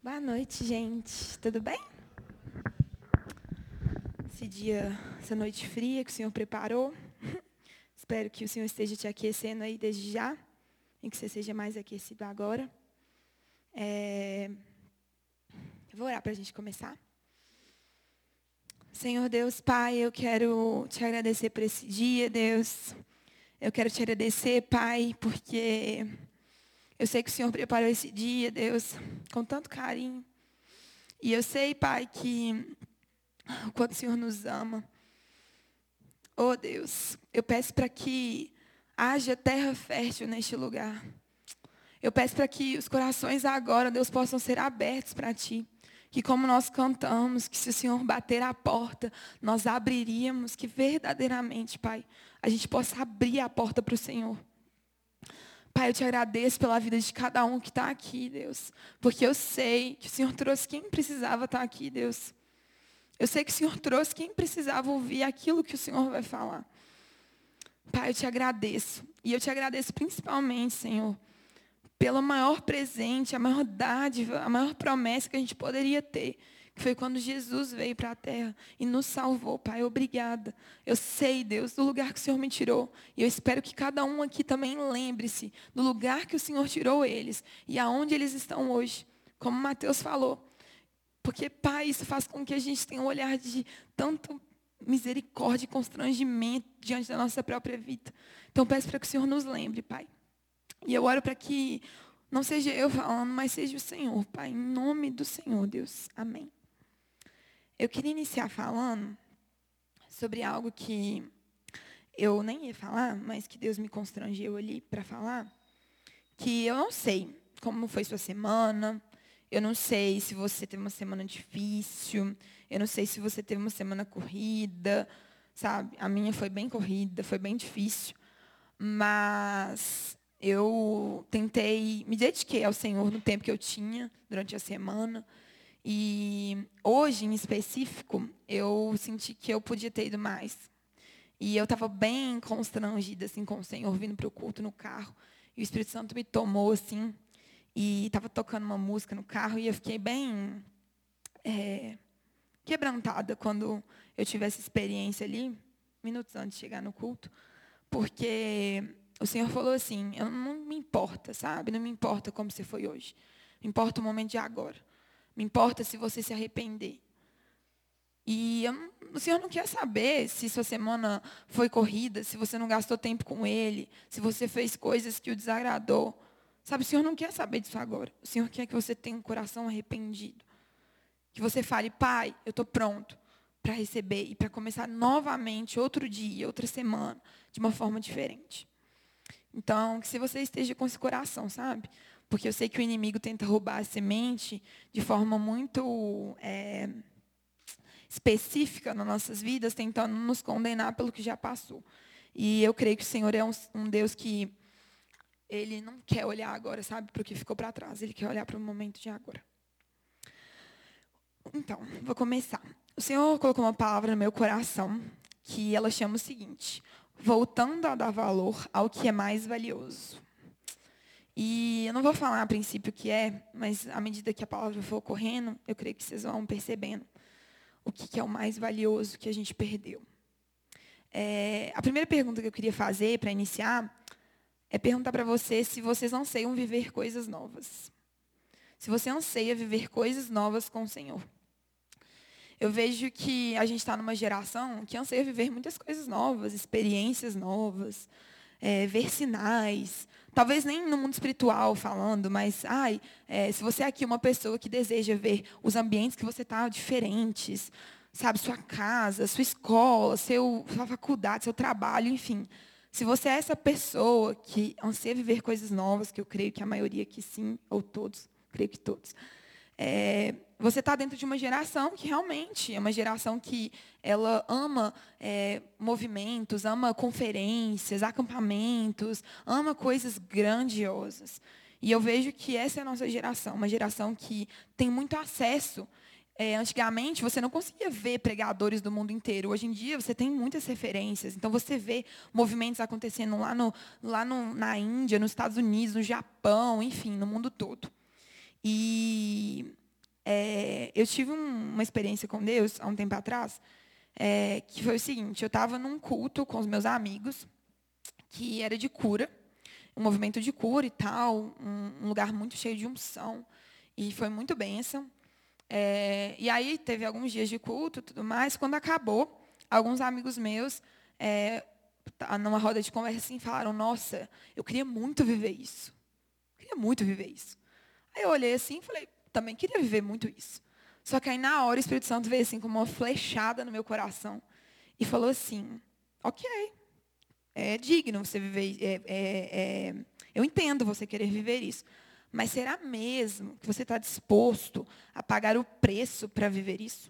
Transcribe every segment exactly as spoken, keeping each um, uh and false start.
Boa noite, gente. Tudo bem? Esse dia, essa noite fria que o Senhor preparou. Espero que o Senhor esteja te aquecendo aí desde já e que você seja mais aquecido agora. É... Eu vou orar para a gente começar. Senhor Deus, Pai, eu quero te agradecer por esse dia, Deus. Eu quero te agradecer, Pai, porque eu sei que o Senhor preparou esse dia, Deus, com tanto carinho. E eu sei, Pai, que o quanto o Senhor nos ama. Oh, Deus, eu peço para que haja terra fértil neste lugar. Eu peço para que os corações agora, Deus, possam ser abertos para Ti. Que como nós cantamos, que se o Senhor bater a porta, nós abriríamos, que verdadeiramente, Pai, a gente possa abrir a porta para o Senhor. Pai, eu te agradeço pela vida de cada um que está aqui, Deus. Porque eu sei que o Senhor trouxe quem precisava estar aqui, Deus. Eu sei que o Senhor trouxe quem precisava ouvir aquilo que o Senhor vai falar. Pai, eu te agradeço. E eu te agradeço principalmente, Senhor, pelo maior presente, a maior dádiva, a maior promessa que a gente poderia ter. Que foi quando Jesus veio para a terra e nos salvou, Pai. Obrigada. Eu sei, Deus, do lugar que o Senhor me tirou. E eu espero que cada um aqui também lembre-se do lugar que o Senhor tirou eles e aonde eles estão hoje. Como Mateus falou. Porque, Pai, isso faz com que a gente tenha um olhar de tanto misericórdia e constrangimento diante da nossa própria vida. Então, peço para que o Senhor nos lembre, Pai. E eu oro para que não seja eu falando, mas seja o Senhor, Pai. Em nome do Senhor, Deus. Amém. Eu queria iniciar falando sobre algo que eu nem ia falar, mas que Deus me constrangeu ali para falar. Que eu não sei como foi sua semana. Eu não sei se você teve uma semana difícil. Eu não sei se você teve uma semana corrida, sabe? A minha foi bem corrida, foi bem difícil. Mas eu tentei, me dediquei ao Senhor no tempo que eu tinha, durante a semana. E hoje, em específico, eu senti que eu podia ter ido mais. E eu estava bem constrangida assim, com o Senhor, vindo para o culto no carro. E o Espírito Santo me tomou assim. E estava tocando uma música no carro e eu fiquei bem é, quebrantada quando eu tive essa experiência ali, minutos antes de chegar no culto, porque o Senhor falou assim, eu não me importa, sabe? Não me importa como você foi hoje. Me importa o momento de agora. Me importa se você se arrepender. E eu, o Senhor não quer saber se sua semana foi corrida, se você não gastou tempo com Ele, se você fez coisas que o desagradou. Sabe, o Senhor não quer saber disso agora. O Senhor quer que você tenha um coração arrependido. Que você fale, Pai, eu estou pronto para receber e para começar novamente, outro dia, outra semana, de uma forma diferente. Então, que se você esteja com esse coração, sabe? Porque eu sei que o inimigo tenta roubar a semente de forma muito é, específica nas nossas vidas, tentando nos condenar pelo que já passou. E eu creio que o Senhor é um, um Deus que Ele não quer olhar agora, sabe, para o que ficou para trás. Ele quer olhar para o momento de agora. Então, vou começar. O Senhor colocou uma palavra no meu coração que ela chama o seguinte: voltando a dar valor ao que é mais valioso. E eu não vou falar a princípio o que é, mas à medida que a palavra for correndo, eu creio que vocês vão percebendo o que é o mais valioso que a gente perdeu. É, a primeira pergunta que eu queria fazer para iniciar é perguntar para você se vocês anseiam viver coisas novas. Se você anseia viver coisas novas com o Senhor. Eu vejo que a gente está numa geração que anseia viver muitas coisas novas, experiências novas, é, ver sinais. Talvez nem no mundo espiritual falando, mas ai, é, se você é aqui uma pessoa que deseja ver os ambientes que você está diferentes, sabe, sua casa, sua escola, seu, sua faculdade, seu trabalho, enfim. Se você é essa pessoa que anseia viver coisas novas, que eu creio que a maioria aqui sim, ou todos, creio que todos, é, você está dentro de uma geração que realmente é uma geração que ela ama é, movimentos, ama conferências, acampamentos, ama coisas grandiosas. E eu vejo que essa é a nossa geração, uma geração que tem muito acesso. É, antigamente, você não conseguia ver pregadores do mundo inteiro. Hoje em dia, você tem muitas referências. Então, você vê movimentos acontecendo lá, no, lá no, na Índia, nos Estados Unidos, no Japão, enfim, no mundo todo. E é, eu tive um, uma experiência com Deus, há um tempo atrás, é, que foi o seguinte, eu estava num culto com os meus amigos, que era de cura, um movimento de cura e tal, um, um lugar muito cheio de unção, e foi muito bênção. É, e aí teve alguns dias de culto e tudo mais. Quando acabou, alguns amigos meus, é, numa roda de conversa, assim, falaram, nossa, eu queria muito viver isso. Eu queria muito viver isso. Aí eu olhei assim e falei, também queria viver muito isso. Só que aí na hora o Espírito Santo veio assim com uma flechada no meu coração e falou assim, ok, é digno você viver, é, é, é, eu entendo você querer viver isso. Mas será mesmo que você está disposto a pagar o preço para viver isso?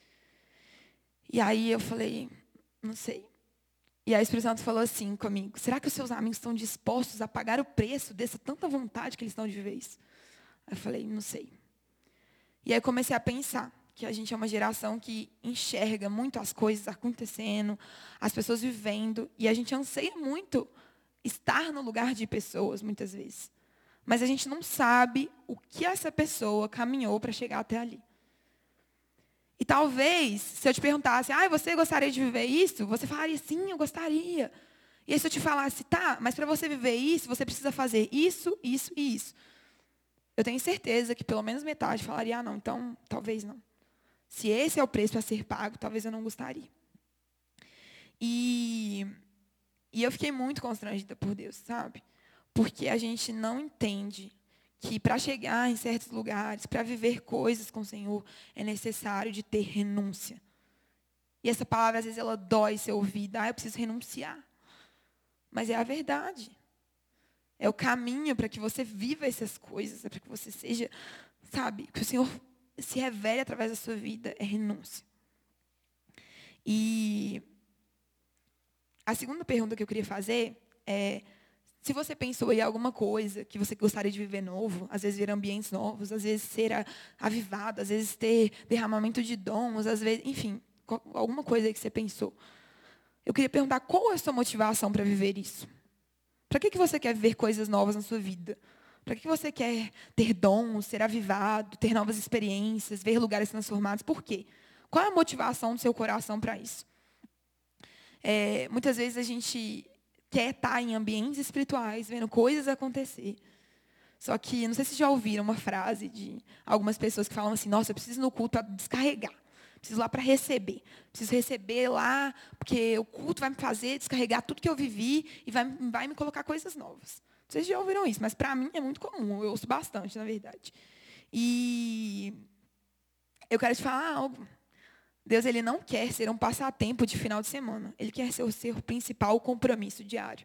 E aí eu falei, não sei. E aí o Espírito Santo falou assim comigo, será que os seus amigos estão dispostos a pagar o preço dessa tanta vontade que eles estão de viver isso? Aí eu falei, não sei. E aí eu comecei a pensar que a gente é uma geração que enxerga muito as coisas acontecendo, as pessoas vivendo, e a gente anseia muito estar no lugar de pessoas, muitas vezes. Mas a gente não sabe o que essa pessoa caminhou para chegar até ali. E talvez, se eu te perguntasse, ah, você gostaria de viver isso? Você falaria, sim, eu gostaria. E aí se eu te falasse, tá, mas para você viver isso, você precisa fazer isso, isso e isso. Eu tenho certeza que pelo menos metade falaria, ah, não, então talvez não. Se esse é o preço a ser pago, talvez eu não gostaria. E, e eu fiquei muito constrangida por Deus, sabe? Porque a gente não entende que para chegar em certos lugares, para viver coisas com o Senhor, é necessário de ter renúncia. E essa palavra, às vezes, ela dói ser ouvida. Ah, eu preciso renunciar. Mas é a verdade. É o caminho para que você viva essas coisas, é para que você seja, sabe, que o Senhor se revele através da sua vida, é renúncia. E a segunda pergunta que eu queria fazer é, se você pensou em alguma coisa que você gostaria de viver novo, às vezes ver ambientes novos, às vezes ser avivado, às vezes ter derramamento de dons, às vezes, enfim, alguma coisa que você pensou. Eu queria perguntar qual é a sua motivação para viver isso? Para que, que você quer ver coisas novas na sua vida? Para que, que você quer ter dons, ser avivado, ter novas experiências, ver lugares transformados? Por quê? Qual é a motivação do seu coração para isso? É, muitas vezes a gente quer estar em ambientes espirituais, vendo coisas acontecer. Só que, não sei se já ouviram uma frase de algumas pessoas que falam assim, nossa, eu preciso ir no culto para descarregar. Preciso ir lá para receber. Preciso receber lá, porque o culto vai me fazer descarregar tudo que eu vivi e vai, vai me colocar coisas novas. Vocês já ouviram isso, mas para mim é muito comum. Eu ouço bastante, na verdade. E eu quero te falar algo. Deus, ele não quer ser um passatempo de final de semana. Ele quer ser o seu principal compromisso diário.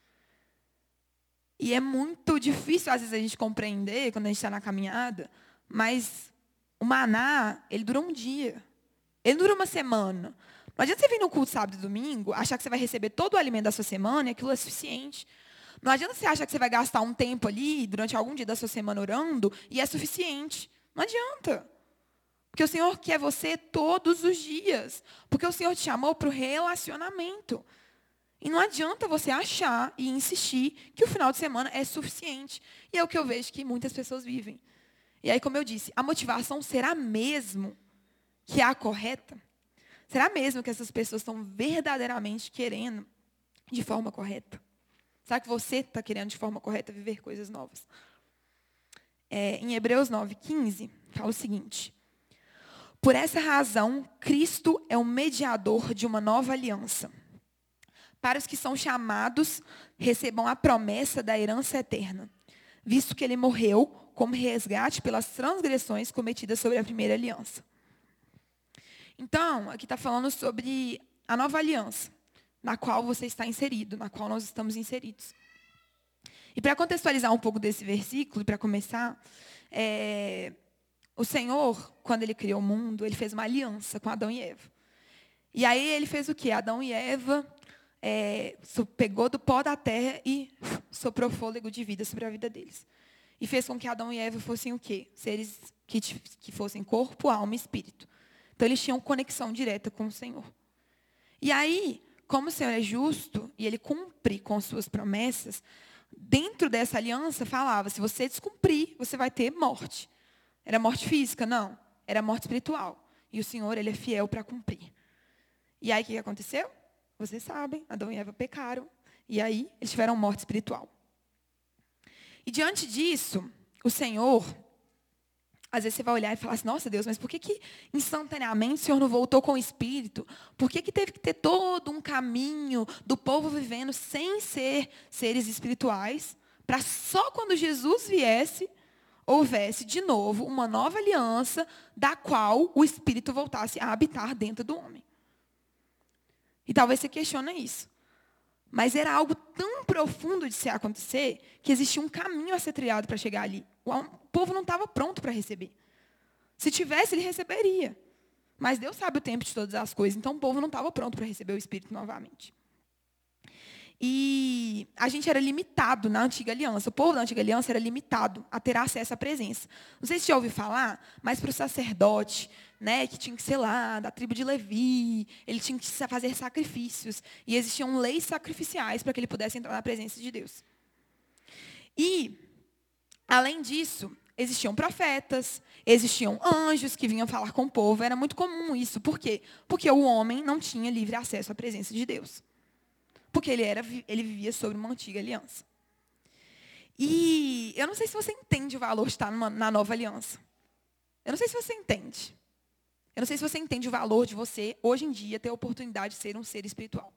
E é muito difícil, às vezes, a gente compreender quando a gente está na caminhada, mas o maná, ele dura um dia. Ele dura uma semana. Não adianta você vir no culto sábado e domingo, achar que você vai receber todo o alimento da sua semana e aquilo é suficiente. Não adianta você achar que você vai gastar um tempo ali, durante algum dia da sua semana orando, e é suficiente. Não adianta. Porque o Senhor quer você todos os dias. Porque o Senhor te chamou para o relacionamento. E não adianta você achar e insistir que o final de semana é suficiente. E é o que eu vejo que muitas pessoas vivem. E aí, como eu disse, a motivação será mesmo que é a correta? Será mesmo que essas pessoas estão verdadeiramente querendo de forma correta? Será que você está querendo de forma correta viver coisas novas? É, em Hebreus nove, quinze, fala o seguinte. Por essa razão, Cristo é o mediador de uma nova aliança. Para os que são chamados, recebam a promessa da herança eterna, visto que ele morreu como resgate pelas transgressões cometidas sobre a primeira aliança. Então, aqui está falando sobre a nova aliança, na qual você está inserido, na qual nós estamos inseridos. E para contextualizar um pouco desse versículo, para começar, é, o Senhor, quando ele criou o mundo, ele fez uma aliança com Adão e Eva. E aí ele fez o quê? Adão e Eva é, pegou do pó da terra e soprou fôlego de vida sobre a vida deles. E fez com que Adão e Eva fossem o quê? Seres que, que fossem corpo, alma e espírito. Então, eles tinham conexão direta com o Senhor. E aí, como o Senhor é justo e ele cumpre com suas promessas, dentro dessa aliança falava, se você descumprir, você vai ter morte. Era morte física? Não. Era morte espiritual. E o Senhor, Ele é fiel para cumprir. E aí, o que aconteceu? Vocês sabem, Adão e Eva pecaram. E aí, eles tiveram morte espiritual. E diante disso, o Senhor, às vezes você vai olhar e falar assim, nossa Deus, mas por que que instantaneamente o Senhor não voltou com o Espírito? Por que que teve que ter todo um caminho do povo vivendo sem ser seres espirituais, para só quando Jesus viesse, houvesse de novo uma nova aliança, da qual o Espírito voltasse a habitar dentro do homem? E talvez você questione isso. Mas era algo tão profundo de se acontecer, que existia um caminho a ser trilhado para chegar ali. O povo não estava pronto para receber. Se tivesse, ele receberia. Mas Deus sabe o tempo de todas as coisas, então o povo não estava pronto para receber o Espírito novamente. E a gente era limitado na antiga aliança. O povo da antiga aliança era limitado a ter acesso à presença. Não sei se você já ouviu falar, mas para o sacerdote, né, que tinha que ser lá, da tribo de Levi, ele tinha que fazer sacrifícios. E existiam leis sacrificiais para que ele pudesse entrar na presença de Deus. E, além disso, existiam profetas, existiam anjos que vinham falar com o povo. Era muito comum isso. Por quê? Porque o homem não tinha livre acesso à presença de Deus. Porque ele, era, ele vivia sobre uma antiga aliança. E eu não sei se você entende o valor de estar numa, na nova aliança. Eu não sei se você entende. Eu não sei se você entende o valor de você, hoje em dia, ter a oportunidade de ser um ser espiritual.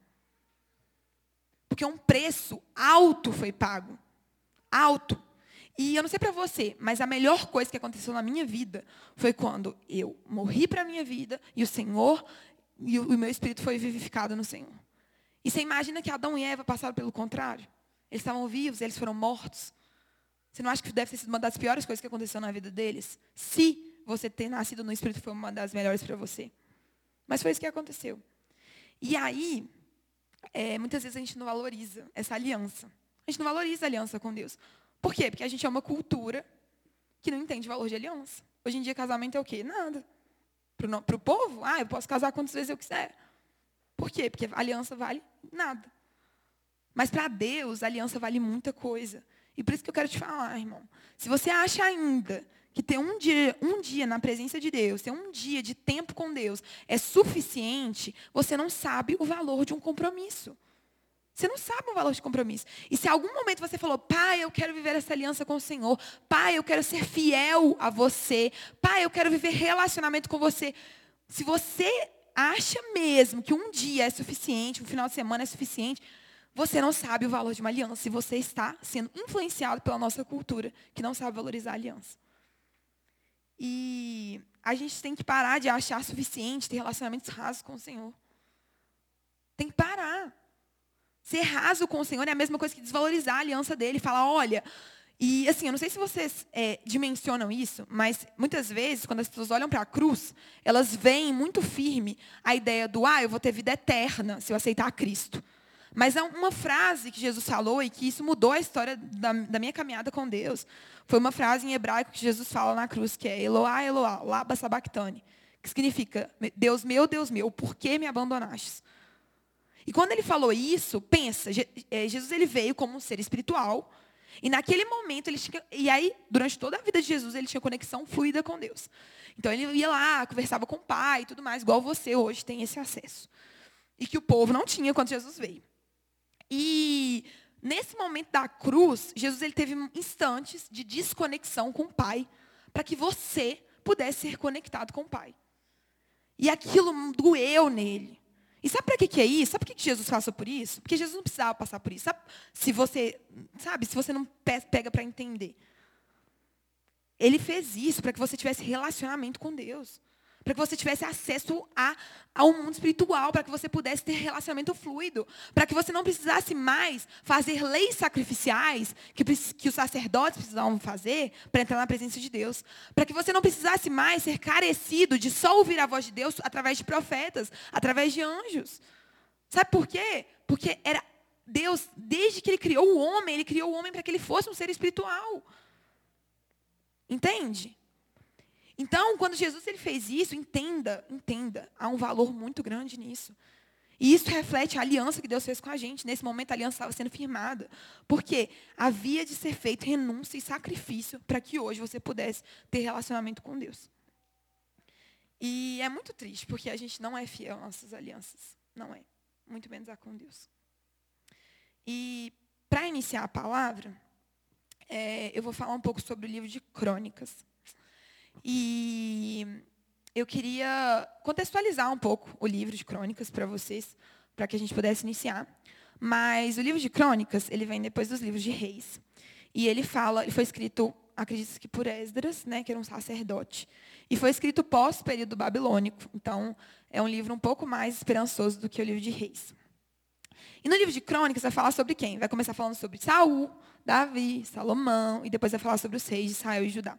Porque um preço alto foi pago. Alto. E eu não sei para você, mas a melhor coisa que aconteceu na minha vida foi quando eu morri para a minha vida e o Senhor, e o, e o meu espírito foi vivificado no Senhor. E você imagina que Adão e Eva passaram pelo contrário? Eles estavam vivos, eles foram mortos. Você não acha que deve ter sido uma das piores coisas que aconteceu na vida deles? Se você ter nascido no Espírito foi uma das melhores para você. Mas foi isso que aconteceu. E aí, é, muitas vezes a gente não valoriza essa aliança. A gente não valoriza a aliança com Deus. Por quê? Porque a gente é uma cultura que não entende o valor de aliança. Hoje em dia, casamento é o quê? Nada. Para o povo, ah, eu posso casar quantas vezes eu quiser. Por quê? Porque a aliança vale nada. Mas para Deus, a aliança vale muita coisa. E por isso que eu quero te falar, irmão. Se você acha ainda que ter um dia, um dia na presença de Deus, ter um dia de tempo com Deus é suficiente, você não sabe o valor de um compromisso. Você não sabe o valor de compromisso. E se em algum momento você falou, pai, eu quero viver essa aliança com o Senhor. Pai, eu quero ser fiel a você. Pai, eu quero viver relacionamento com você. Se você acha mesmo que um dia é suficiente, um final de semana é suficiente, você não sabe o valor de uma aliança. E você está sendo influenciado pela nossa cultura, que não sabe valorizar a aliança. E a gente tem que parar de achar suficiente ter relacionamentos rasos com o Senhor. Tem que parar. Ser raso com o Senhor é a mesma coisa que desvalorizar a aliança dele. Falar, olha... E assim, eu não sei se vocês é, dimensionam isso, mas muitas vezes, quando as pessoas olham para a cruz, elas veem muito firme a ideia do, ah, eu vou ter vida eterna se eu aceitar a Cristo. Mas é uma frase que Jesus falou e que isso mudou a história da, da minha caminhada com Deus. Foi uma frase em hebraico que Jesus fala na cruz, que é Eloá, Eloá, laba sabachthani, que significa, Deus meu, Deus meu, por que me abandonastes? E quando ele falou isso, pensa, Jesus ele veio como um ser espiritual. E naquele momento, ele tinha, e aí, durante toda a vida de Jesus, ele tinha conexão fluida com Deus. Então, ele ia lá, conversava com o Pai e tudo mais, igual você hoje tem esse acesso. E que o povo não tinha quando Jesus veio. E nesse momento da cruz, Jesus ele teve instantes de desconexão com o Pai, para que você pudesse ser conectado com o Pai. E aquilo doeu nele. E sabe para que, que é isso? Sabe por que Jesus passou por isso? Porque Jesus não precisava passar por isso. Sabe, se você, sabe, se você não pega para entender. Ele fez isso para que você tivesse relacionamento com Deus. Para que você tivesse acesso a, ao mundo espiritual. Para que você pudesse ter relacionamento fluido. Para que você não precisasse mais fazer leis sacrificiais que, que os sacerdotes precisavam fazer para entrar na presença de Deus. Para que você não precisasse mais ser carecido de só ouvir a voz de Deus através de profetas, através de anjos. Sabe por quê? Porque era Deus, desde que Ele criou o homem, Ele criou o homem para que ele fosse um ser espiritual. Entende? Então, quando Jesus ele fez isso, entenda, entenda, há um valor muito grande nisso. E isso reflete a aliança que Deus fez com a gente. Nesse momento, a aliança estava sendo firmada. Porque havia de ser feito renúncia e sacrifício para que hoje você pudesse ter relacionamento com Deus. E é muito triste, porque a gente não é fiel às nossas alianças. Não é. Muito menos a com Deus. E, para iniciar a palavra, é, eu vou falar um pouco sobre o livro de Crônicas. E eu queria contextualizar um pouco o livro de Crônicas para vocês, para que a gente pudesse iniciar. Mas o livro de Crônicas, ele vem depois dos livros de Reis. E ele fala, ele foi escrito, acredito que por Esdras, né, que era um sacerdote. E foi escrito pós-período babilônico. Então, é um livro um pouco mais esperançoso do que o livro de Reis. E no livro de Crônicas vai falar sobre quem? Vai começar falando sobre Saul, Davi, Salomão, e depois vai falar sobre os reis de Israel e Judá.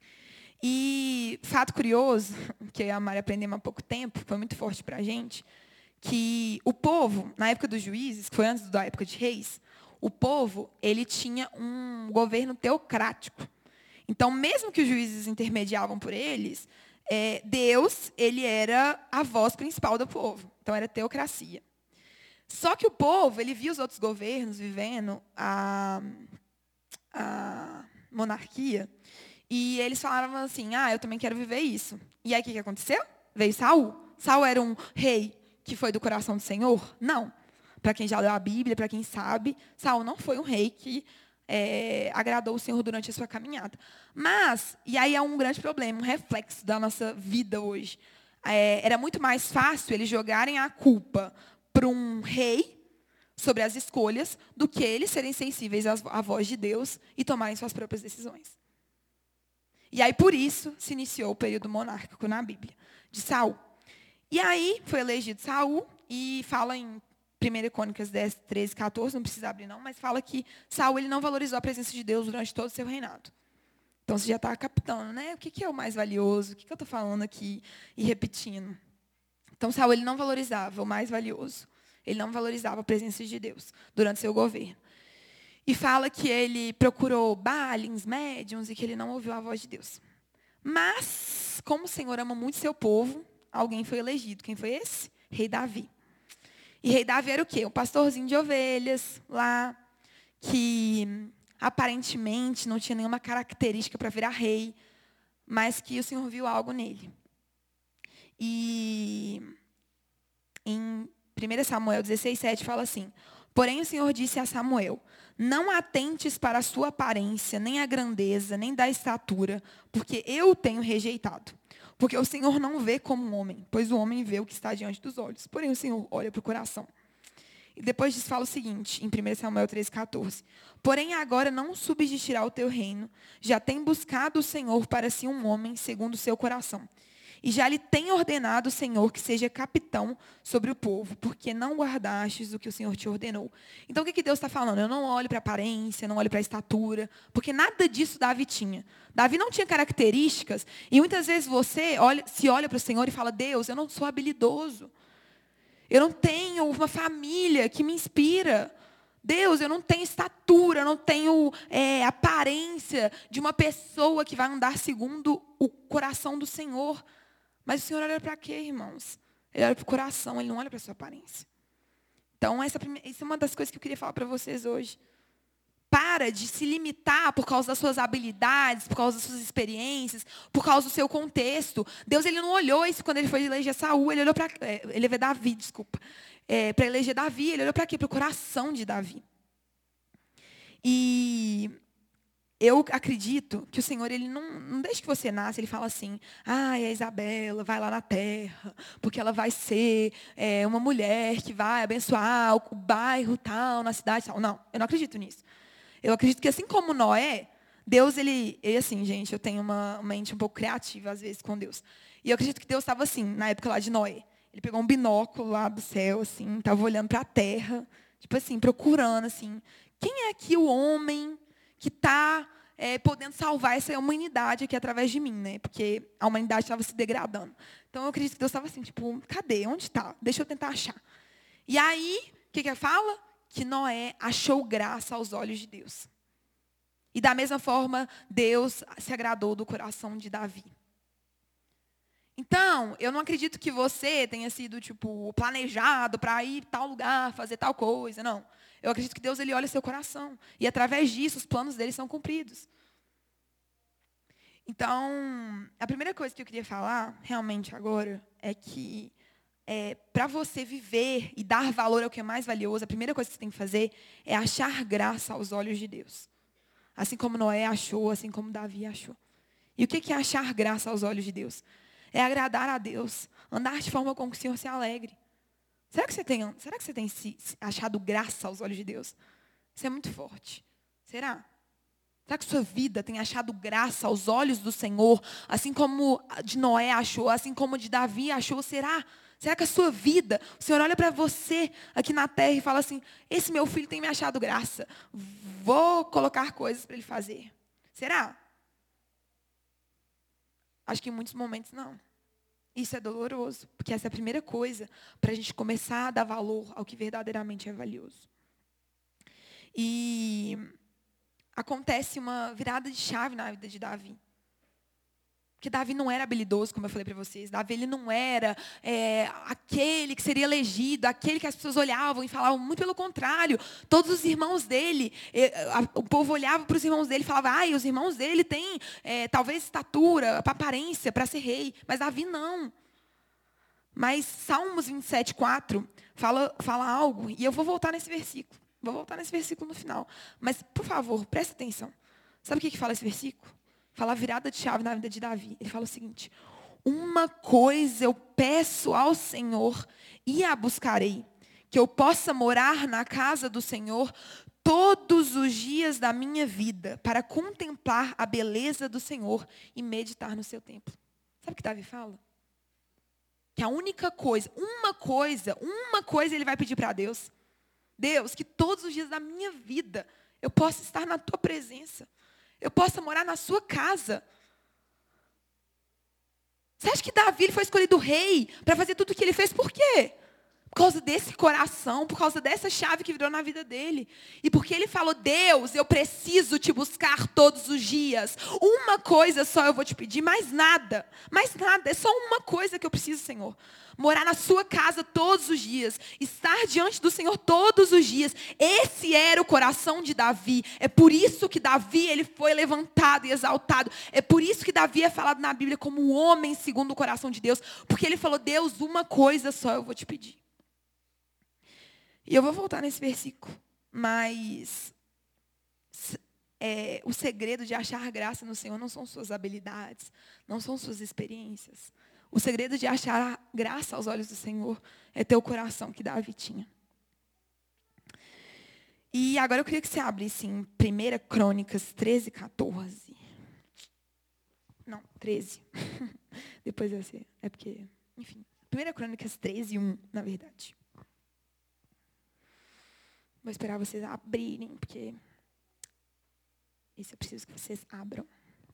E fato curioso, que a Mari aprendeu há pouco tempo, foi muito forte para a gente, que o povo, na época dos juízes, que foi antes da época de reis, o povo ele tinha um governo teocrático. Então, mesmo que os juízes intermediavam por eles, é, Deus ele era a voz principal do povo. Então, era teocracia. Só que o povo ele via os outros governos vivendo a, a monarquia, e eles falavam assim, ah, eu também quero viver isso. E aí, o que, que aconteceu? Veio Saul. Saul era um rei que foi do coração do Senhor? Não. Para quem já leu a Bíblia, para quem sabe, Saul não foi um rei que é, agradou o Senhor durante a sua caminhada. Mas, e aí é um grande problema, um reflexo da nossa vida hoje. É, era muito mais fácil eles jogarem a culpa para um rei sobre as escolhas do que eles serem sensíveis à voz de Deus e tomarem suas próprias decisões. E aí, por isso, se iniciou o período monárquico na Bíblia, de Saul. E aí, foi elegido Saul, e fala em primeira Crônicas dez, treze, quatorze, não precisa abrir não, mas fala que Saul ele não valorizou a presença de Deus durante todo o seu reinado. Então, você já está captando, né? O que, que é o mais valioso? O que, que eu estou falando aqui e repetindo? Então, Saul ele não valorizava o mais valioso. Ele não valorizava a presença de Deus durante seu governo. E fala que ele procurou Baalins, médiuns, e que ele não ouviu a voz de Deus. Mas, como o Senhor ama muito seu povo, alguém foi elegido. Quem foi esse? Rei Davi. E rei Davi era o quê? Um pastorzinho de ovelhas lá, que aparentemente não tinha nenhuma característica para virar rei, mas que o Senhor viu algo nele. E em primeira Samuel dezesseis, sete fala assim, porém o Senhor disse a Samuel, não atentes para a sua aparência, nem a grandeza, nem da estatura, porque eu o tenho rejeitado. Porque o Senhor não vê como um homem, pois o homem vê o que está diante dos olhos. Porém, o Senhor olha para o coração. E depois disso fala o seguinte, em primeira Samuel treze, quatorze. Porém, agora não subsistirá o teu reino. Já tem buscado o Senhor para si um homem segundo o seu coração. E já lhe tem ordenado o Senhor que seja capitão sobre o povo, porque não guardastes o que o Senhor te ordenou. Então, o que, que Deus está falando? Eu não olho para a aparência, não olho para a estatura, porque nada disso Davi tinha. Davi não tinha características, e muitas vezes você olha, se olha para o Senhor e fala, Deus, eu não sou habilidoso. Eu não tenho uma família que me inspira. Deus, eu não tenho estatura, eu não tenho é, aparência de uma pessoa que vai andar segundo o coração do Senhor. Mas o Senhor olha para quê, irmãos? Ele olha para o coração, Ele não olha para a sua aparência. Então, essa, essa é uma das coisas que eu queria falar para vocês hoje. Para de se limitar por causa das suas habilidades, por causa das suas experiências, por causa do seu contexto. Deus ele não olhou isso quando Ele foi eleger Saul, Ele olhou para... É, eleger Davi, desculpa. É, para eleger Davi, Ele olhou para quê? Para o coração de Davi. E... eu acredito que o Senhor, Ele não, não deixa que você nasça, Ele fala assim, ah, a Isabela vai lá na terra, porque ela vai ser é, uma mulher que vai abençoar o bairro tal, na cidade tal. Não, eu não acredito nisso. Eu acredito que assim como Noé, Deus, Ele, ele assim, gente, eu tenho uma mente um pouco criativa, às vezes, com Deus. E eu acredito que Deus estava assim, na época lá de Noé. Ele pegou um binóculo lá do céu, assim, estava olhando para a terra, tipo assim, procurando, assim, quem é aqui o homem que está é, podendo salvar essa humanidade aqui através de mim, né? Porque a humanidade estava se degradando. Então, eu acredito que Deus estava assim, tipo, cadê? Onde está? Deixa eu tentar achar. E aí, o que que fala? Que Noé achou graça aos olhos de Deus. E da mesma forma, Deus se agradou do coração de Davi. Então, Então, eu não acredito que você tenha sido, tipo, planejado para ir em tal lugar, fazer tal coisa, não. Eu acredito que Deus, ele olha seu coração. E, através disso, os planos dele são cumpridos. Então, a primeira coisa que eu queria falar, realmente, agora, é que é, para você viver e dar valor ao que é mais valioso, a primeira coisa que você tem que fazer é achar graça aos olhos de Deus. Assim como Noé achou, assim como Davi achou. E o que é achar graça aos olhos de Deus? É agradar a Deus, andar de forma com que o Senhor se alegre. Será que você tem, será que você tem se, se achado graça aos olhos de Deus? Isso é muito forte. Será? Será que sua vida tem achado graça aos olhos do Senhor, assim como de Noé achou, assim como de Davi achou? Será? Será que a sua vida, o Senhor olha para você aqui na terra e fala assim, esse meu filho tem me achado graça, vou colocar coisas para ele fazer. Será? Acho que em muitos momentos não. Isso é doloroso, porque essa é a primeira coisa para a gente começar a dar valor ao que verdadeiramente é valioso. E acontece uma virada de chave na vida de Davi. Porque Davi não era habilidoso, como eu falei para vocês. Davi ele não era é, aquele que seria elegido, aquele que as pessoas olhavam e falavam. Muito pelo contrário. Todos os irmãos dele, o povo olhava para os irmãos dele e falava, ai, os irmãos dele têm é, talvez estatura, aparência para ser rei. Mas Davi não. Mas Salmos vinte e sete, quatro fala, fala algo, e eu vou voltar nesse versículo. Vou voltar nesse versículo no final. Mas, por favor, presta atenção. Sabe o que, que fala esse versículo? Fala a virada de chave na vida de Davi. Ele fala o seguinte, uma coisa eu peço ao Senhor e a buscarei, que eu possa morar na casa do Senhor todos os dias da minha vida, para contemplar a beleza do Senhor e meditar no seu templo. Sabe o que Davi fala? Que a única coisa, uma coisa, uma coisa ele vai pedir para Deus. Deus, que todos os dias da minha vida eu possa estar na tua presença. Eu possa morar na sua casa. Você acha que Davi ele foi escolhido rei para fazer tudo o que ele fez? Por quê? Por causa desse coração, por causa dessa chave que virou na vida dele. E porque ele falou, Deus, eu preciso te buscar todos os dias. Uma coisa só eu vou te pedir, mais nada. Mais nada, é só uma coisa que eu preciso, Senhor. Morar na sua casa todos os dias. Estar diante do Senhor todos os dias. Esse era o coração de Davi. É por isso que Davi ele foi levantado e exaltado. É por isso que Davi é falado na Bíblia como um homem segundo o coração de Deus. Porque ele falou, Deus, uma coisa só eu vou te pedir. E eu vou voltar nesse versículo, mas é, o segredo de achar graça no Senhor não são suas habilidades, não são suas experiências. O segredo de achar graça aos olhos do Senhor é ter o coração que Davi tinha. E agora eu queria que você abrisse em primeira Crônicas treze, quatorze. Não, treze. Depois vai ser, é porque, enfim. primeira Crônicas treze, um, na verdade. Vou esperar vocês abrirem, porque isso eu preciso que vocês abram.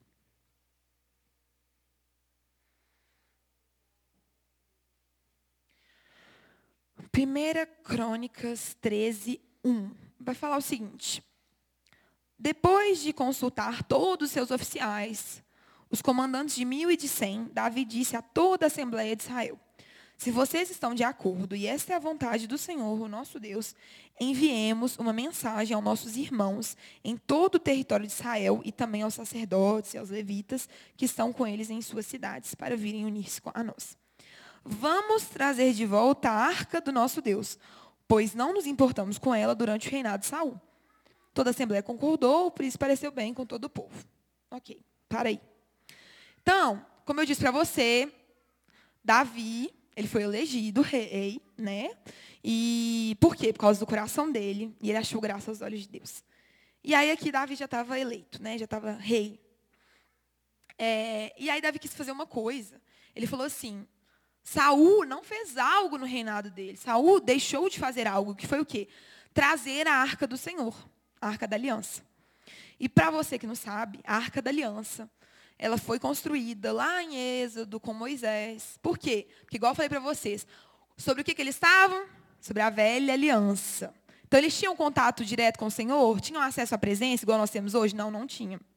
primeira Crônicas treze, um. Vai falar o seguinte. Depois de consultar todos os seus oficiais, os comandantes de mil e de cem, Davi disse a toda a Assembleia de Israel, se vocês estão de acordo, e esta é a vontade do Senhor, o nosso Deus, enviemos uma mensagem aos nossos irmãos em todo o território de Israel e também aos sacerdotes e aos levitas que estão com eles em suas cidades, para virem unir-se a nós. Vamos trazer de volta a arca do nosso Deus, pois não nos importamos com ela durante o reinado de Saul. Toda a Assembleia concordou, por isso pareceu bem com todo o povo. Ok, para aí. Então, como eu disse para você, Davi, ele foi elegido rei, né? E por quê? Por causa do coração dele, e ele achou graça aos olhos de Deus. E aí aqui Davi já estava eleito, né? Já estava rei. É, e aí Davi quis fazer uma coisa. Ele falou assim, Saul não fez algo no reinado dele. Saul deixou de fazer algo, que foi o quê? Trazer a arca do Senhor, a arca da aliança. E para você que não sabe, a arca da aliança, ela foi construída lá em Êxodo com Moisés. Por quê? Porque, igual eu falei para vocês, sobre o que, que eles estavam? Sobre a velha aliança. Então, eles tinham contato direto com o Senhor? Tinham acesso à presença, igual nós temos hoje? Não, não tinham.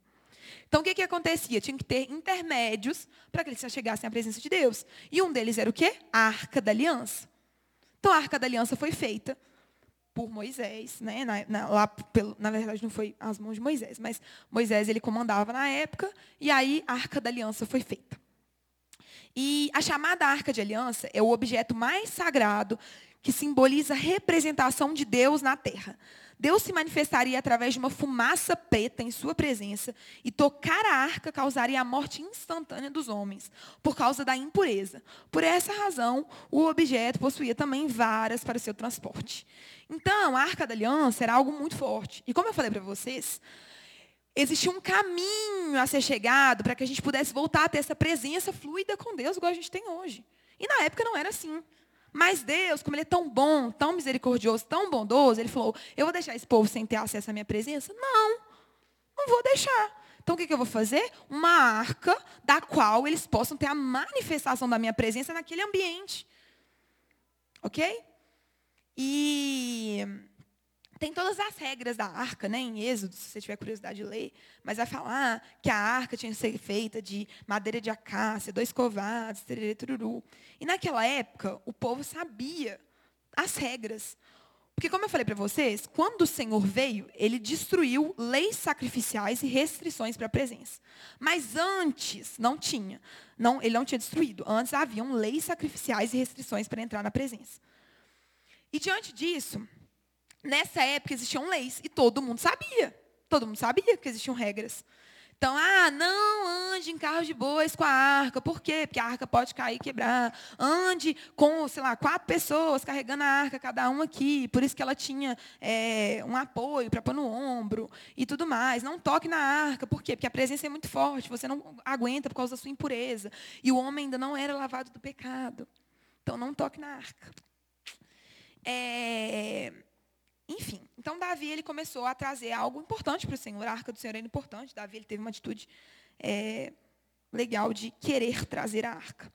Então, o que, que acontecia? Tinha que ter intermédios para que eles chegassem à presença de Deus. E um deles era o quê? A Arca da Aliança. Então, a Arca da Aliança foi feita por Moisés, né? na, na, lá pelo, na verdade, não foi as mãos de Moisés, mas Moisés ele comandava na época, e aí a Arca da Aliança foi feita. E a chamada Arca de Aliança é o objeto mais sagrado que simboliza a representação de Deus na terra. Deus se manifestaria através de uma fumaça preta em sua presença, e tocar a arca causaria a morte instantânea dos homens, por causa da impureza. Por essa razão, o objeto possuía também varas para o seu transporte. Então, a Arca da Aliança era algo muito forte. E como eu falei para vocês, existia um caminho a ser chegado para que a gente pudesse voltar a ter essa presença fluida com Deus, igual a gente tem hoje. E na época não era assim. Mas Deus, como Ele é tão bom, tão misericordioso, tão bondoso, Ele falou, eu vou deixar esse povo sem ter acesso à minha presença? Não, não vou deixar. Então, o que, que eu vou fazer? Uma arca da qual eles possam ter a manifestação da minha presença naquele ambiente. Ok? E tem todas as regras da arca, né, em Êxodo, se você tiver curiosidade de ler, mas vai falar que a arca tinha que ser feita de madeira de acácia, dois covados, tererê, tururu. E naquela época, o povo sabia as regras. Porque, como eu falei para vocês, quando o Senhor veio, Ele destruiu leis sacrificiais e restrições para a presença. Mas antes, não tinha. Não, ele não tinha destruído. Antes, haviam leis sacrificiais e restrições para entrar na presença. E, diante disso, nessa época existiam leis e todo mundo sabia. Todo mundo sabia que existiam regras. Então, ah, não ande em carros de bois com a arca. Por quê? Porque a arca pode cair e quebrar. Ande com, sei lá, quatro pessoas carregando a arca, cada um aqui. Por isso que ela tinha é, um apoio para pôr no ombro e tudo mais. Não toque na arca. Por quê? Porque a presença é muito forte. Você não aguenta por causa da sua impureza. E o homem ainda não era lavado do pecado. Então, não toque na arca. É... Enfim, então Davi ele começou a trazer algo importante para o Senhor. A arca do Senhor era importante. Davi ele teve uma atitude é, legal de querer trazer a arca.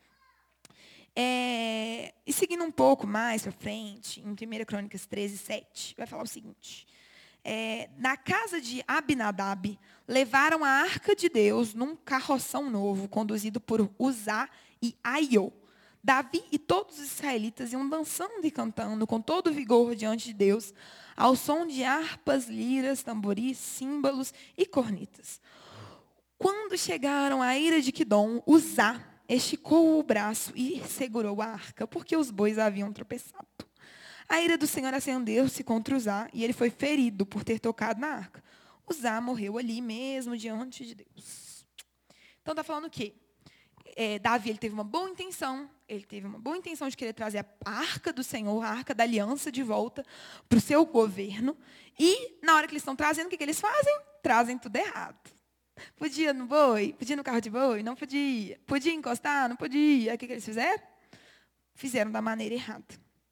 É, e seguindo um pouco mais para frente, em primeira Crônicas treze, sete, vai falar o seguinte. É, na casa de Abinadab, levaram a arca de Deus num carroção novo, conduzido por Uzá e Aiô. Davi e todos os israelitas iam dançando e cantando com todo o vigor diante de Deus, ao som de harpas, liras, tamboris, símbolos e cornetas. Quando chegaram à ira de Quidom, Uzá esticou o braço e segurou a arca, porque os bois haviam tropeçado. A ira do Senhor acendeu-se contra Uzá, e ele foi ferido por ter tocado na arca. Uzá morreu ali mesmo, diante de Deus. Então, está falando o quê? É, Davi ele teve uma boa intenção, ele teve uma boa intenção de querer trazer a arca do Senhor, a arca da aliança de volta para o seu governo. E, na hora que eles estão trazendo, o que, que eles fazem? Trazem tudo errado. Podia no boi? Podia no carro de boi? Não podia. Podia encostar? Não podia. O que, que eles fizeram? Fizeram da maneira errada.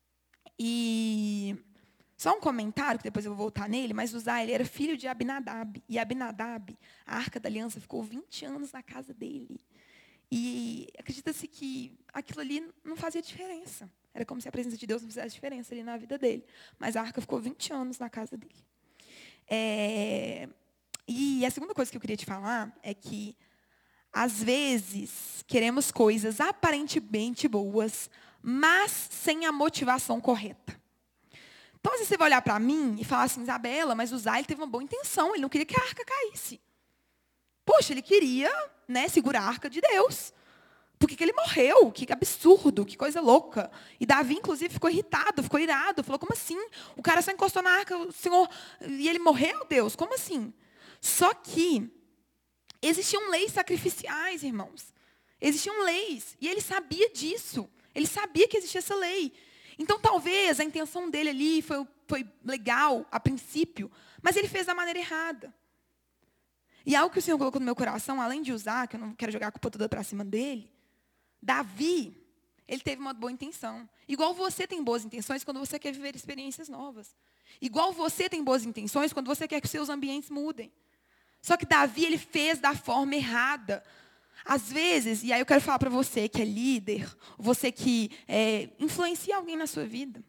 E só um comentário, que depois eu vou voltar nele, mas Uzá, ele era filho de Abinadab. E Abinadab, a arca da aliança, ficou vinte anos na casa dele. E acredita-se que aquilo ali não fazia diferença. Era como se a presença de Deus não fizesse diferença ali na vida dele. Mas a arca ficou vinte anos na casa dele. É, e a segunda coisa que eu queria te falar é que, às vezes, queremos coisas aparentemente boas, mas sem a motivação correta. Então, às vezes, você vai olhar para mim e falar assim, Isabela, mas Uzá ele teve uma boa intenção, ele não queria que a arca caísse. Poxa, ele queria, né, segurar a arca de Deus. Por que que ele morreu? Que absurdo, que coisa louca. E Davi, inclusive, ficou irritado, ficou irado. Falou, como assim? O cara só encostou na arca, o Senhor, e ele morreu, Deus? Como assim? Só que existiam leis sacrificiais, irmãos. Existiam leis. E ele sabia disso. Ele sabia que existia essa lei. Então, talvez, a intenção dele ali foi, foi legal, a princípio, mas ele fez da maneira errada. E algo que o Senhor colocou no meu coração, além de usar, que eu não quero jogar a culpa toda para cima dele, Davi, ele teve uma boa intenção. Igual você tem boas intenções quando você quer viver experiências novas. Igual você tem boas intenções quando você quer que os seus ambientes mudem. Só que Davi, ele fez da forma errada. Às vezes, e aí eu quero falar para você que é líder, você que é, influencia alguém na sua vida.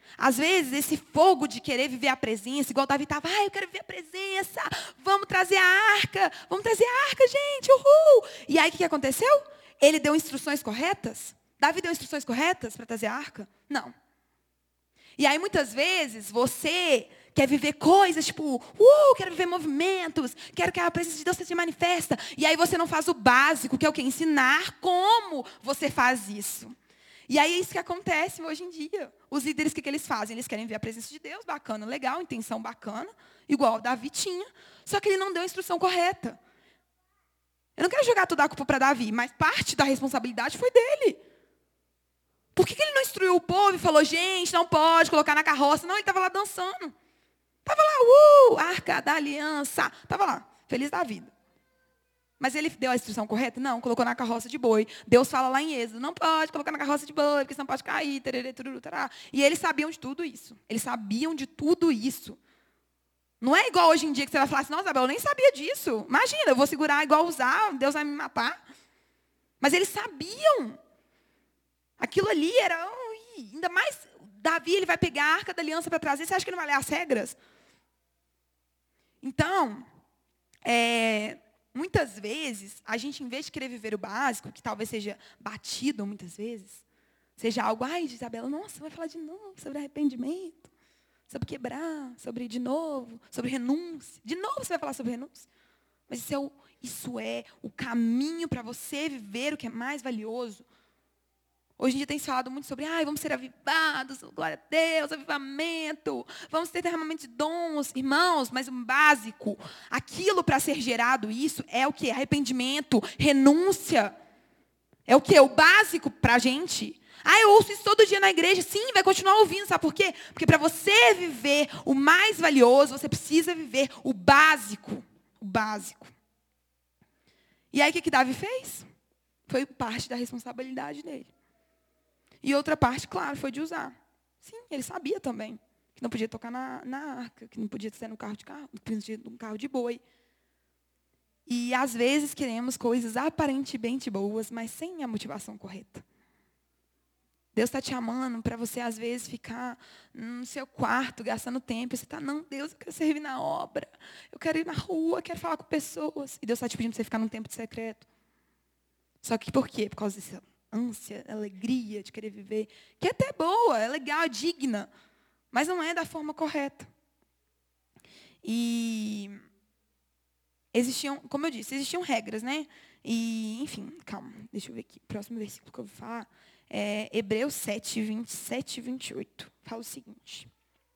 Às vezes, esse fogo de querer viver a presença, igual Davi estava, ah, eu quero viver a presença, vamos trazer a arca, vamos trazer a arca, gente, uhul. E aí, o que aconteceu? Ele deu instruções corretas? Davi deu instruções corretas para trazer a arca? Não. E aí, muitas vezes, você quer viver coisas, tipo, uh, quero viver movimentos, quero que a presença de Deus se manifesta. E aí, você não faz o básico, que é o quê? Ensinar como você faz isso. E aí, é isso que acontece hoje em dia. Os líderes, o que, que eles fazem? Eles querem ver a presença de Deus, bacana, legal, intenção bacana, igual Davi tinha, só que ele não deu a instrução correta. Eu não quero jogar toda a culpa para Davi, mas parte da responsabilidade foi dele. Por que, que ele não instruiu o povo e falou, gente, não pode colocar na carroça? Não, ele estava lá dançando. Estava lá, uh, arca da aliança. Estava lá, feliz da vida. Mas ele deu a instrução correta? Não, colocou na carroça de boi. Deus fala lá em Êxodo, não pode colocar na carroça de boi, porque senão pode cair. Tererê, tururu, tará. E eles sabiam de tudo isso. Eles sabiam de tudo isso. Não é igual hoje em dia que você vai falar assim, nossa, Isabel, eu nem sabia disso. Imagina, eu vou segurar igual usar, Deus vai me matar. Mas eles sabiam. Aquilo ali era, ui, ainda mais, Davi, ele vai pegar a arca da aliança para trazer, você acha que ele não vai ler as regras? Então, é, muitas vezes, a gente, em vez de querer viver o básico, que talvez seja batido muitas vezes, seja algo, ai, Isabela, nossa, vai falar de novo sobre arrependimento, sobre quebrar, sobre de novo, sobre renúncia. De novo você vai falar sobre renúncia. Mas isso é o, isso é o caminho para você viver o que é mais valioso. Hoje em dia tem se falado muito sobre, ai, vamos ser avivados, glória a Deus, avivamento, vamos ter derramamento de dons, irmãos, mas o básico, aquilo para ser gerado isso é o quê? Arrependimento, renúncia. É o quê? O básico para a gente. Ah, eu ouço isso todo dia na igreja. Sim, vai continuar ouvindo, sabe por quê? Porque para você viver o mais valioso, você precisa viver o básico. O básico. E aí, o que, que Davi fez? Foi parte da responsabilidade dele. E outra parte, claro, foi de usar. Sim, ele sabia também que não podia tocar na, na arca, que não podia ser no carro de carro, no carro de boi. E às vezes queremos coisas aparentemente boas, mas sem a motivação correta. Deus está te amando para você, às vezes, ficar no seu quarto, gastando tempo. E você está, não, Deus, eu quero servir na obra. Eu quero ir na rua, eu quero falar com pessoas. E Deus está te pedindo para você ficar num tempo de secreto. Só que por quê? Por causa dessa ânsia, alegria de querer viver. Que é até boa, é legal, é digna. Mas não é da forma correta. E existiam, como eu disse, existiam regras, né? E, enfim, calma, deixa eu ver aqui. O próximo versículo que eu vou falar é Hebreus sete, vinte e sete e vinte e oito. Fala o seguinte.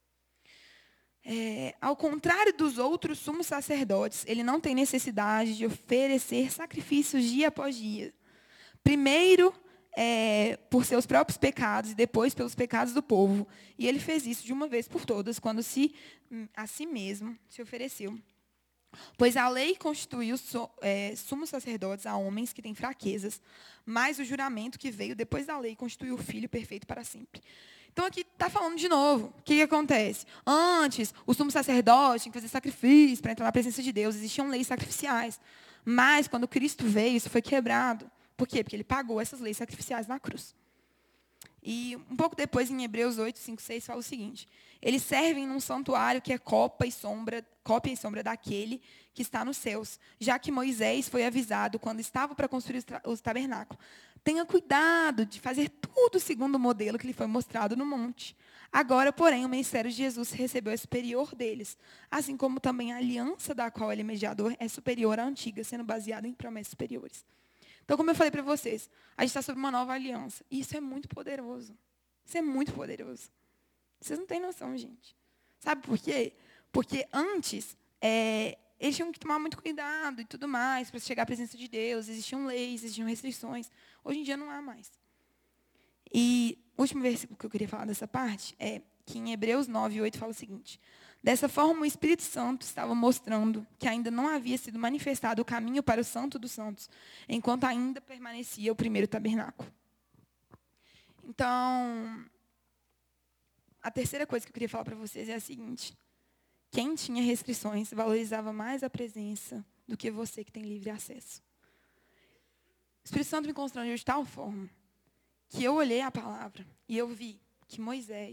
É, ao contrário dos outros sumos sacerdotes, ele não tem necessidade de oferecer sacrifícios dia após dia. Primeiro, é, por seus próprios pecados e depois pelos pecados do povo. E ele fez isso de uma vez por todas, quando se, a si mesmo se ofereceu. Pois a lei constituiu so, é, sumos sacerdotes a homens que têm fraquezas, mas o juramento que veio depois da lei constituiu o Filho perfeito para sempre. Então, aqui está falando de novo. O que, que acontece? Antes, o sumo sacerdote tinha que fazer sacrifício para entrar na presença de Deus. Existiam leis sacrificiais. Mas, quando Cristo veio, isso foi quebrado. Por quê? Porque ele pagou essas leis sacrificiais na cruz. E um pouco depois, em Hebreus oito, cinco, seis, fala o seguinte. Eles servem num santuário que é cópia e sombra, cópia e sombra daquele que está nos céus, já que Moisés foi avisado quando estava para construir o tabernáculo. Tenha cuidado de fazer tudo segundo o modelo que lhe foi mostrado no monte. Agora, porém, o ministério de Jesus recebeu a superior deles, assim como também a aliança da qual ele é mediador é superior à antiga, sendo baseada em promessas superiores. Então, como eu falei para vocês, a gente está sob uma nova aliança. E isso é muito poderoso. Isso é muito poderoso. Vocês não têm noção, gente. Sabe por quê? Porque antes, é, eles tinham que tomar muito cuidado e tudo mais para chegar à presença de Deus. Existiam leis, existiam restrições. Hoje em dia não há mais. E o último versículo que eu queria falar dessa parte é que em Hebreus nove, oito fala o seguinte. Dessa forma, o Espírito Santo estava mostrando que ainda não havia sido manifestado o caminho para o Santo dos Santos, enquanto ainda permanecia o primeiro tabernáculo. Então, a terceira coisa que eu queria falar para vocês é a seguinte. Quem tinha restrições valorizava mais a presença do que você que tem livre acesso. O Espírito Santo me constrangeu de tal forma que eu olhei a palavra e eu vi que Moisés,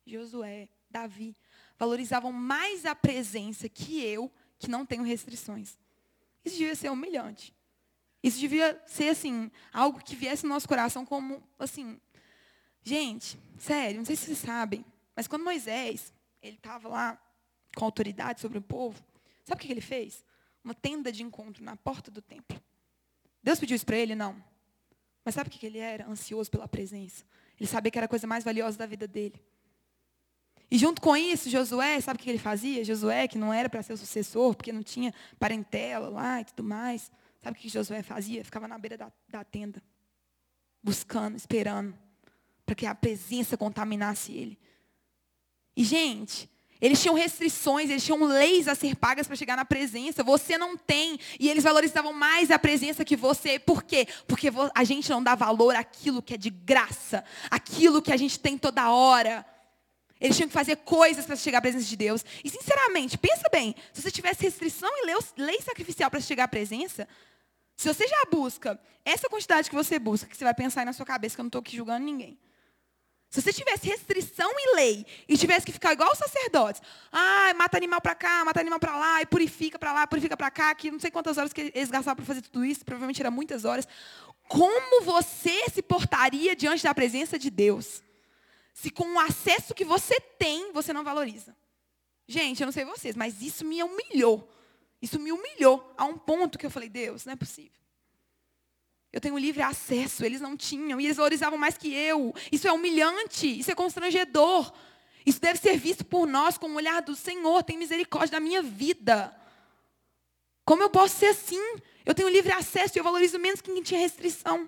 Josué, Davi, valorizavam mais a presença que eu, que não tenho restrições. Isso devia ser humilhante. Isso devia ser, assim, algo que viesse no nosso coração como, assim... Gente, sério, não sei se vocês sabem, mas quando Moisés, ele estava lá com autoridade sobre o povo, sabe o que ele fez? Uma tenda de encontro na porta do templo. Deus pediu isso para ele? Não. Mas sabe o que ele era? Ansioso pela presença. Ele sabia que era a coisa mais valiosa da vida dele. E junto com isso, Josué, sabe o que ele fazia? Josué, que não era para ser o sucessor, porque não tinha parentela lá e tudo mais. Sabe o que Josué fazia? Ficava na beira da, da tenda, buscando, esperando, para que a presença contaminasse ele. E, gente, eles tinham restrições, eles tinham leis a ser pagas para chegar na presença. Você não tem. E eles valorizavam mais a presença que você. Por quê? Porque a gente não dá valor àquilo que é de graça, aquilo que a gente tem toda hora. Eles tinham que fazer coisas para chegar à presença de Deus. E, sinceramente, pensa bem. Se você tivesse restrição e lei sacrificial para chegar à presença, se você já busca essa quantidade que você busca, que você vai pensar aí na sua cabeça, que eu não estou aqui julgando ninguém. Se você tivesse restrição e lei, e tivesse que ficar igual os sacerdotes, ah, mata animal para cá, mata animal para lá, e purifica para lá, purifica para cá, que não sei quantas horas que eles gastavam para fazer tudo isso, provavelmente era muitas horas. Como você se portaria diante da presença de Deus? Se com o acesso que você tem, você não valoriza. Gente, eu não sei vocês, mas isso me humilhou. Isso me humilhou a um ponto que eu falei, Deus, não é possível. Eu tenho livre acesso, eles não tinham, e eles valorizavam mais que eu. Isso é humilhante, isso é constrangedor. Isso deve ser visto por nós com o olhar do Senhor, tem misericórdia da minha vida. Como eu posso ser assim? Eu tenho livre acesso e eu valorizo menos que quem tinha restrição.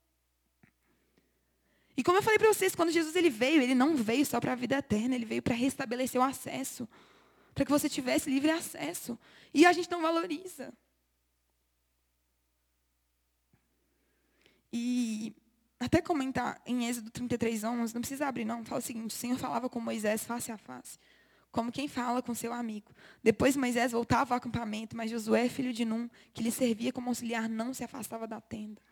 E como eu falei para vocês, quando Jesus ele veio, ele não veio só para a vida eterna, ele veio para restabelecer o acesso. Para que você tivesse livre acesso. E a gente não valoriza. E até comentar em Êxodo trinta e três, onze, não precisa abrir não, fala o seguinte, o Senhor falava com Moisés face a face, como quem fala com seu amigo. Depois Moisés voltava ao acampamento, mas Josué, filho de Num, que lhe servia como auxiliar, não se afastava da tenda.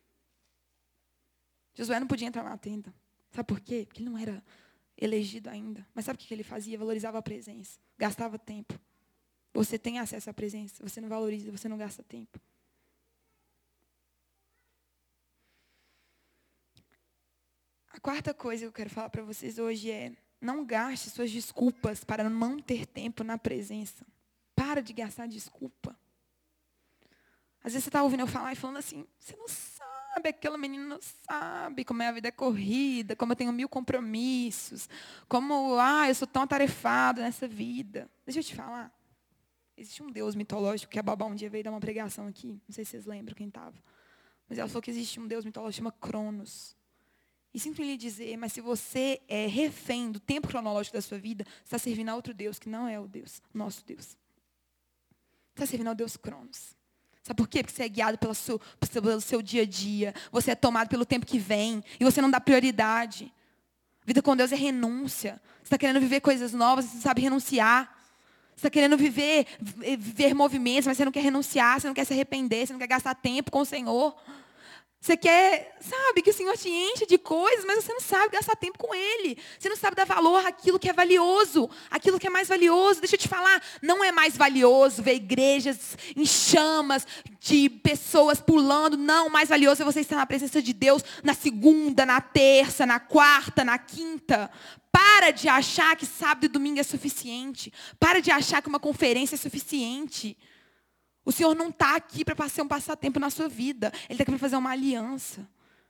Josué não podia entrar na tenda. Sabe por quê? Porque ele não era elegido ainda. Mas sabe o que ele fazia? Valorizava a presença, gastava tempo. Você tem acesso à presença, você não valoriza, você não gasta tempo. A quarta coisa que eu quero falar para vocês hoje é, não gaste suas desculpas para não ter tempo na presença. Para de gastar desculpa. Às vezes você está ouvindo eu falar e falando assim, você não sabe, aquela menina não sabe como é a vida é corrida, como eu tenho mil compromissos, como, ah, eu sou tão atarefado nessa vida. Deixa eu te falar. Existe um Deus mitológico que a Babá um dia veio dar uma pregação aqui, não sei se vocês lembram quem estava. Mas ela falou que existe um Deus mitológico que chama Cronos. E sinto lhe dizer, mas se você é refém do tempo cronológico da sua vida, você está servindo a outro Deus, que não é o Deus, nosso Deus. Você está servindo ao Deus Cronos. Sabe por quê? Porque você é guiado pelo seu, pelo seu dia a dia. Você é tomado pelo tempo que vem. E você não dá prioridade. Vida com Deus é renúncia. Você está querendo viver coisas novas, você não sabe renunciar. Você está querendo viver, viver movimentos, mas você não quer renunciar, você não quer se arrepender, você não quer gastar tempo com o Senhor. Você quer, sabe, que o Senhor te enche de coisas, mas você não sabe gastar tempo com Ele. Você não sabe dar valor àquilo que é valioso, àquilo que é mais valioso. Deixa eu te falar, não é mais valioso ver igrejas em chamas, de pessoas pulando. Não, o mais valioso é você estar na presença de Deus na segunda, na terça, na quarta, na quinta. Para de achar que sábado e domingo é suficiente. Para de achar que uma conferência é suficiente. O Senhor não está aqui para passar um passatempo na sua vida. Ele está aqui para fazer uma aliança.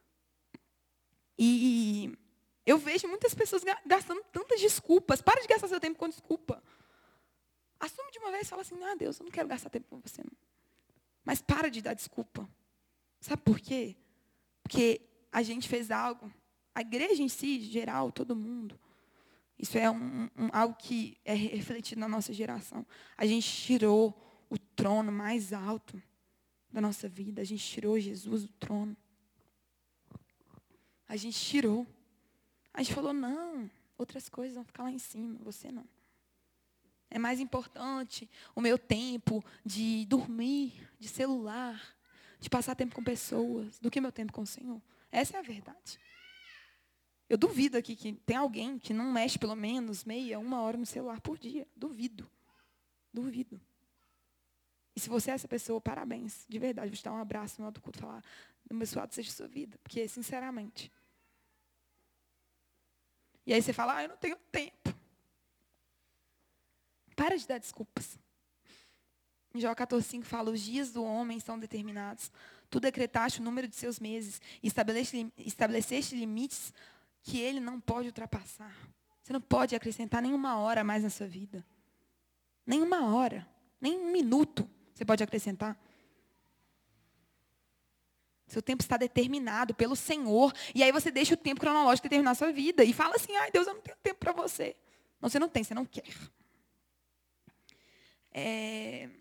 E eu vejo muitas pessoas gastando tantas desculpas. Para de gastar seu tempo com desculpa. Assume de uma vez e fala assim, ah, Deus, eu não quero gastar tempo com você. Não. Mas para de dar desculpa. Sabe por quê? Porque a gente fez algo. A igreja em si, geral, todo mundo. Isso é um, um, algo que é refletido na nossa geração. A gente tirou o trono mais alto da nossa vida. A gente tirou Jesus do trono. A gente tirou. A gente falou, não, outras coisas vão ficar lá em cima, você não. É mais importante o meu tempo de dormir, de celular, de passar tempo com pessoas, do que meu tempo com o Senhor. Essa é a verdade. Eu duvido aqui que tem alguém que não mexe pelo menos meia, uma hora no celular por dia. Duvido. Duvido. E se você é essa pessoa, parabéns. De verdade, vou te dar um abraço no final do culto e falar, abençoado seja a sua vida. Porque, sinceramente. E aí você fala, ah, eu não tenho tempo. Para de dar desculpas. Em Jó catorze, cinco fala, os dias do homem são determinados. Tu decretaste o número de seus meses e estabeleceste, estabeleceste limites que ele não pode ultrapassar. Você não pode acrescentar nenhuma hora a mais na sua vida. Nenhuma hora. Nem um minuto você pode acrescentar. Seu tempo está determinado pelo Senhor. E aí você deixa o tempo cronológico determinar a sua vida. E fala assim, ai Deus, eu não tenho tempo para você. Não, você não tem, você não quer. É...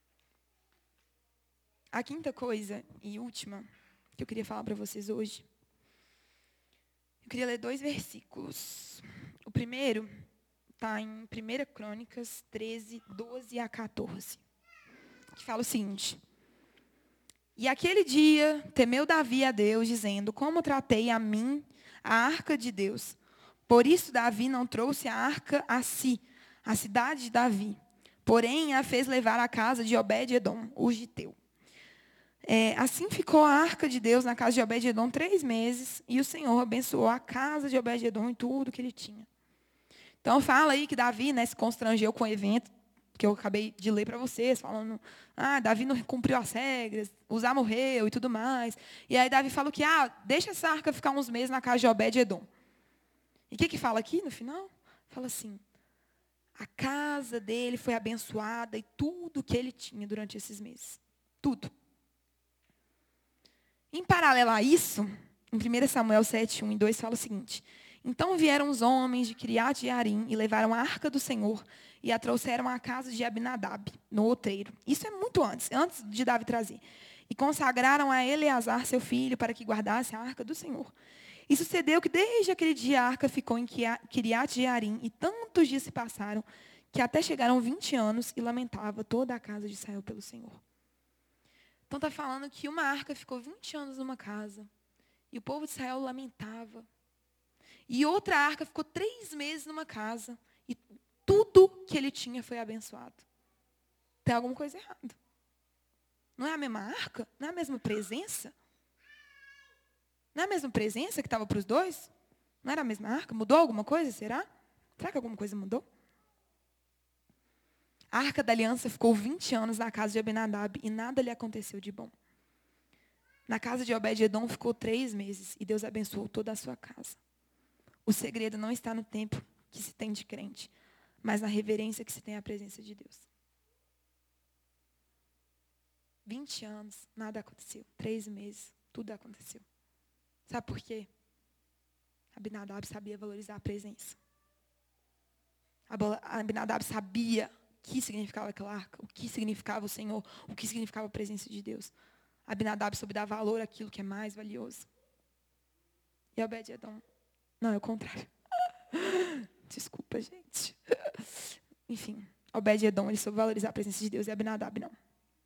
A quinta coisa e última que eu queria falar para vocês hoje. Eu queria ler dois versículos. O primeiro está em primeira Crônicas treze, doze a catorze. Que fala o seguinte. E aquele dia temeu Davi a Deus, dizendo, como tratei a mim a arca de Deus. Por isso Davi não trouxe a arca a si, a cidade de Davi. Porém, a fez levar à casa de Obed-edom, o giteu. É, assim ficou a arca de Deus na casa de Obed-edom três meses, e o Senhor abençoou a casa de Obed-edom e tudo que ele tinha. Então, fala aí que Davi, né, se constrangeu com o evento, que eu acabei de ler para vocês, falando, ah, Davi não cumpriu as regras, Uzá morreu e tudo mais. E aí Davi falou que, ah, deixa essa arca ficar uns meses na casa de Obed-edom. E o que que fala aqui no final? Fala assim, a casa dele foi abençoada e tudo que ele tinha durante esses meses. Tudo. Em paralelo a isso, em primeira Samuel sete, um e dois, fala o seguinte. Então vieram os homens de Kiriat Jearim e levaram a arca do Senhor e a trouxeram à casa de Abinadab, no outreiro. Isso é muito antes, antes de Davi trazer. E consagraram a Eleazar, seu filho, para que guardasse a arca do Senhor. E sucedeu que desde aquele dia a arca ficou em Kiriat Jearim e tantos dias se passaram que até chegaram vinte anos e lamentava toda a casa de Israel pelo Senhor. Então está falando que uma arca ficou vinte anos numa casa e o povo de Israel lamentava. E outra arca ficou três meses numa casa e tudo que ele tinha foi abençoado. Tem alguma coisa errada. Não é a mesma arca? Não é a mesma presença? Não é a mesma presença que estava para os dois? Não era a mesma arca? Mudou alguma coisa, será? Será que alguma coisa mudou? A arca da aliança ficou vinte anos na casa de Abinadab e nada lhe aconteceu de bom. Na casa de Obed-edom ficou três meses e Deus abençoou toda a sua casa. O segredo não está no tempo que se tem de crente, mas na reverência que se tem à presença de Deus. vinte anos, nada aconteceu. Três meses, tudo aconteceu. Sabe por quê? Abinadab sabia valorizar a presença. Abinadab sabia o que significava aquela arca, o que significava o Senhor, o que significava a presença de Deus. Abinadab soube dar valor àquilo que é mais valioso. E Obed-edom, não, é o contrário. Desculpa, gente. Enfim, Obed-edom, ele soube valorizar a presença de Deus e Abinadab não.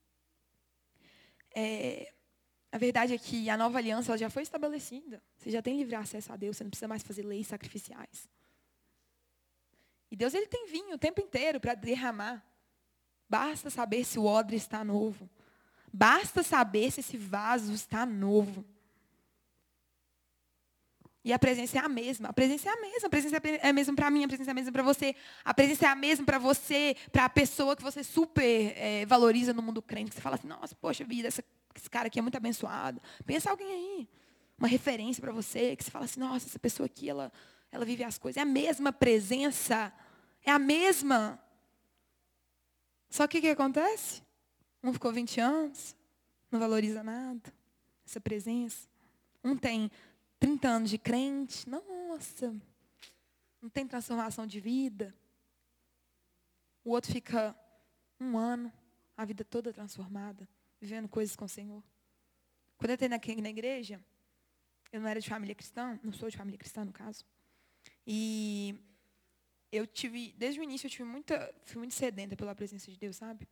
É, a verdade é que a nova aliança ela já foi estabelecida. Você já tem livre acesso a Deus, você não precisa mais fazer leis sacrificiais. E Deus ele tem vinho o tempo inteiro para derramar. Basta saber se o odre está novo. Basta saber se esse vaso está novo. E a presença é a mesma. A presença é a mesma. A presença é a mesma para mim, a presença é a mesma para você. A presença é a mesma para você, para a pessoa que você super é, valoriza no mundo crente. Que você fala assim, nossa, poxa vida, essa, esse cara aqui é muito abençoado. Pensa alguém aí. Uma referência para você, que você fala assim, nossa, essa pessoa aqui, ela, ela vive as coisas. É a mesma presença. É a mesma. Só que o que acontece? Um ficou vinte anos, não valoriza nada. Essa presença. Um tem trinta anos de crente, nossa, não tem transformação de vida. O outro fica um ano, a vida toda transformada, vivendo coisas com o Senhor. Quando eu entrei aqui na igreja, eu não era de família cristã, não sou de família cristã, no caso. E eu tive, desde o início, eu tive muita, fui muito sedenta pela presença de Deus, sabe?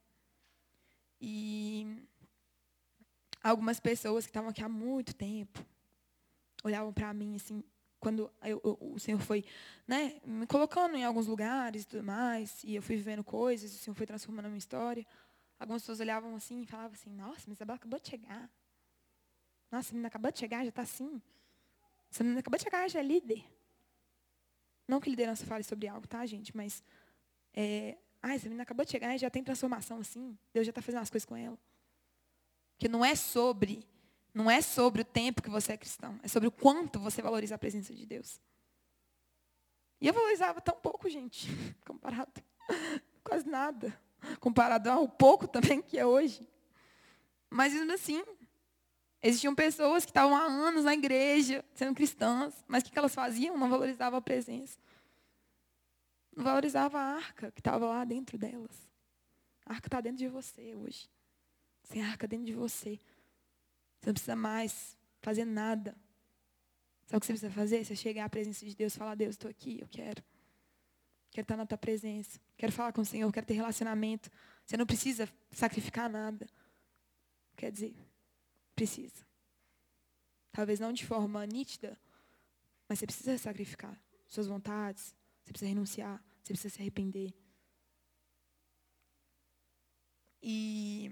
E algumas pessoas que estavam aqui há muito tempo, olhavam para mim assim, quando eu, eu, o Senhor foi, né, me colocando em alguns lugares e tudo mais, e eu fui vivendo coisas, o Senhor foi transformando a minha história, algumas pessoas olhavam assim e falavam assim, nossa, mas a Isabela acabou de chegar. Nossa, a menina acabou de chegar, já está assim. Essa menina acabou de chegar, já é líder. Não que liderança fale sobre algo, tá, gente? Mas, é, ah, essa menina acabou de chegar e já tem transformação assim. Deus já está fazendo as coisas com ela. Porque não é sobre, não é sobre o tempo que você é cristão. É sobre o quanto você valoriza a presença de Deus. E eu valorizava tão pouco, gente, comparado, quase nada. Comparado ao pouco também que é hoje. Mas, mesmo assim, existiam pessoas que estavam há anos na igreja, sendo cristãs, mas o que elas faziam? Não valorizavam a presença. Não valorizava a arca que estava lá dentro delas. A arca está dentro de você hoje. Sem a arca dentro de você. Você não precisa mais fazer nada. Sabe o que você precisa fazer? Você chegar à presença de Deus e falar, Deus, estou aqui, eu quero. Quero estar na tua presença. Quero falar com o Senhor, quero ter relacionamento. Você não precisa sacrificar nada. Quer dizer, precisa. Talvez não de forma nítida, mas você precisa sacrificar suas vontades. Você precisa renunciar. Você precisa se arrepender. E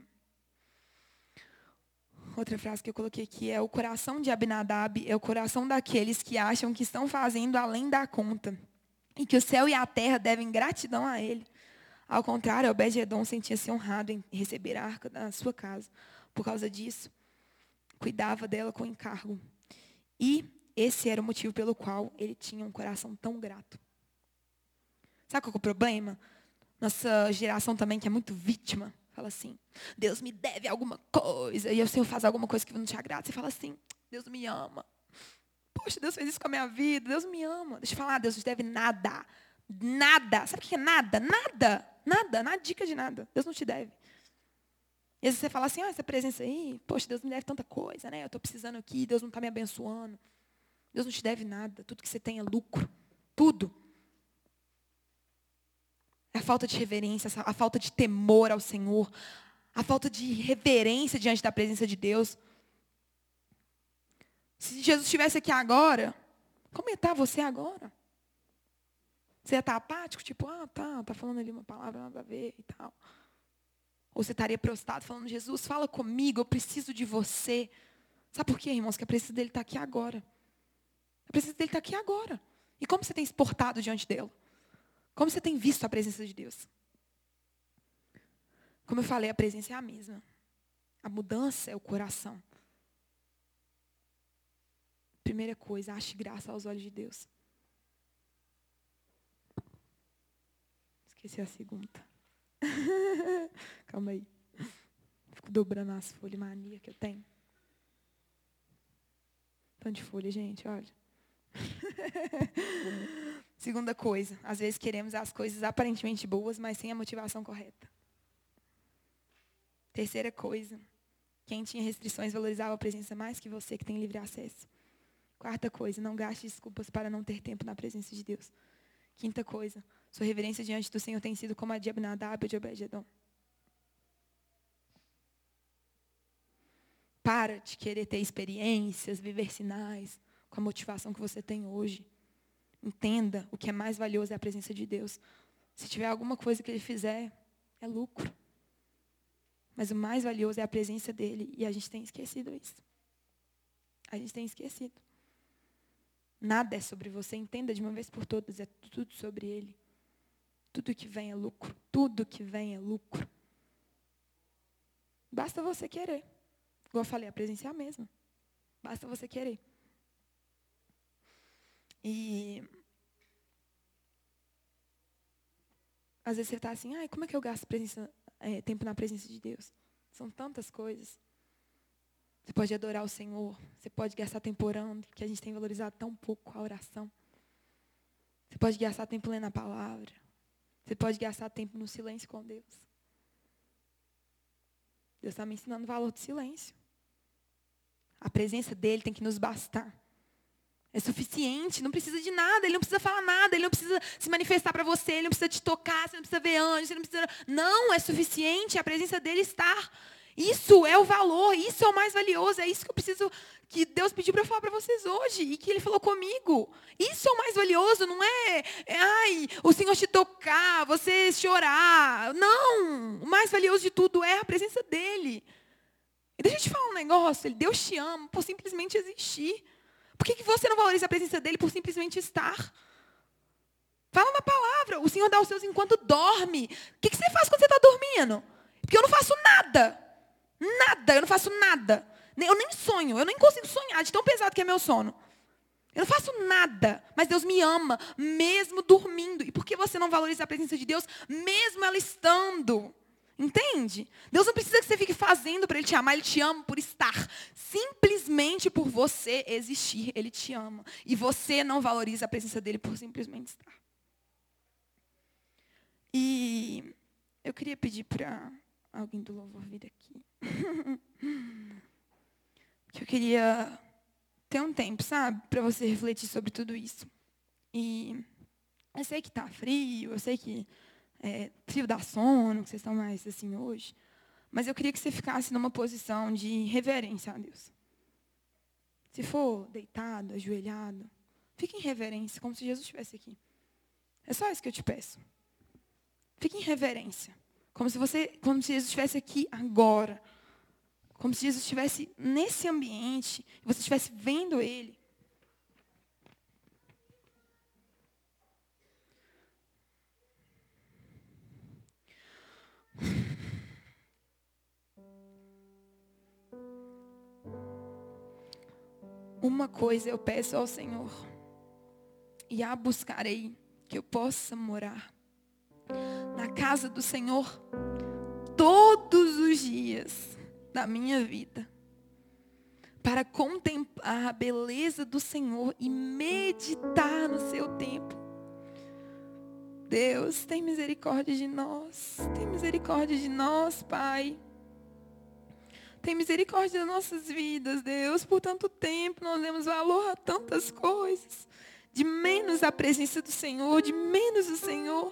outra frase que eu coloquei aqui é: o coração de Abinadab é o coração daqueles que acham que estão fazendo além da conta e que o céu e a terra devem gratidão a ele. Ao contrário, Obed-edom sentia-se honrado em receber a arca da sua casa. Por causa disso, cuidava dela com encargo. E esse era o motivo pelo qual ele tinha um coração tão grato. Sabe qual é o problema? Nossa geração também, que é muito vítima, fala assim, Deus me deve alguma coisa. E o Senhor faz alguma coisa que não te agrada. Você fala assim, Deus me ama. Poxa, Deus fez isso com a minha vida. Deus me ama. Deixa eu falar, Deus não te deve nada. Nada. Sabe o que é nada? Nada. Nada. Nada dica de nada. Deus não te deve. E às vezes você fala assim, ah, essa presença aí, poxa, Deus me deve tanta coisa, né? Eu estou precisando aqui, Deus não está me abençoando. Deus não te deve nada. Tudo que você tem é lucro. Tudo. É a falta de reverência, a falta de temor ao Senhor, a falta de reverência diante da presença de Deus. Se Jesus estivesse aqui agora, como ia estar você agora? Você ia estar apático, tipo, ah, tá, tá falando ali uma palavra, nada a ver e tal. Ou você estaria prostrado falando, Jesus, fala comigo, eu preciso de você. Sabe por quê, irmãos? Que a presença dele está aqui agora. A presença dele está aqui agora. E como você tem se portado diante dela? Como você tem visto a presença de Deus? Como eu falei, a presença é a mesma. A mudança é o coração. Primeira coisa, ache graça aos olhos de Deus. Esqueci a segunda. Calma aí. Fico dobrando as folhas, mania que eu tenho. Tanto de folha, gente, olha. Segunda coisa, às vezes queremos as coisas aparentemente boas, mas sem a motivação correta. Terceira coisa, quem tinha restrições valorizava a presença mais que você que tem livre acesso. Quarta coisa, não gaste desculpas para não ter tempo na presença de Deus. Quinta coisa, sua reverência diante do Senhor tem sido como a de Abinadab ou de Obed-edom. Para de querer ter experiências, viver sinais com a motivação que você tem hoje. Entenda, o que é mais valioso é a presença de Deus. Se tiver alguma coisa que Ele fizer, é lucro. Mas o mais valioso é a presença dEle. E a gente tem esquecido isso. A gente tem esquecido. Nada é sobre você. Entenda de uma vez por todas. É tudo sobre Ele. Tudo que vem é lucro. Tudo que vem é lucro. Basta você querer. Igual eu falei, a presença é a mesma. Basta você querer. E às vezes você está assim, ai, como é que eu gasto presença, é, tempo na presença de Deus? São tantas coisas. Você pode adorar o Senhor, você pode gastar tempo orando, que a gente tem valorizado tão pouco a oração. Você pode gastar tempo lendo a palavra. Você pode gastar tempo no silêncio com Deus. Deus está me ensinando o valor do silêncio. A presença dEle tem que nos bastar. É suficiente, não precisa de nada, Ele não precisa falar nada, Ele não precisa se manifestar para você, Ele não precisa te tocar, você não precisa ver anjos, você não precisa... Não, é suficiente a presença dEle estar. Isso é o valor, isso é o mais valioso, é isso que eu preciso, que Deus pediu para eu falar para vocês hoje, e que Ele falou comigo. Isso é o mais valioso, não é, é, ai, o Senhor te tocar, você chorar. Não, o mais valioso de tudo é a presença dEle. E deixa eu te falar um negócio, Deus te ama por simplesmente existir. Por que, que você não valoriza a presença dEle por simplesmente estar? Fala na palavra, o Senhor dá os seus enquanto dorme. O que, que você faz quando você está dormindo? Porque eu não faço nada. Nada, eu não faço nada. Eu nem sonho, eu nem consigo sonhar de tão pesado que é meu sono. Eu não faço nada, mas Deus me ama, mesmo dormindo. E por que você não valoriza a presença de Deus, mesmo ela estando? Entende? Deus não precisa que você fique fazendo para Ele te amar, Ele te ama por estar. Simplesmente por você existir, Ele te ama. E você não valoriza a presença dEle por simplesmente estar. E eu queria pedir para alguém do louvor vir aqui. Que eu queria ter um tempo, sabe? Para você refletir sobre tudo isso. E eu sei que está frio, eu sei que é frio dá sono, que vocês estão mais assim hoje. Mas eu queria que você ficasse numa posição de reverência a Deus. Se for deitado, ajoelhado, fique em reverência, como se Jesus estivesse aqui. É só isso que eu te peço. Fique em reverência. Como se, você, como se Jesus estivesse aqui agora. Como se Jesus estivesse nesse ambiente e você estivesse vendo Ele. Uma coisa eu peço ao Senhor, e a buscarei, que eu possa morar na casa do Senhor todos os dias da minha vida, para contemplar a beleza do Senhor e meditar no seu templo. Deus, tem misericórdia de nós, tem misericórdia de nós, Pai. Tem misericórdia das nossas vidas, Deus. Por tanto tempo nós demos valor a tantas coisas, de menos a presença do Senhor, de menos o Senhor.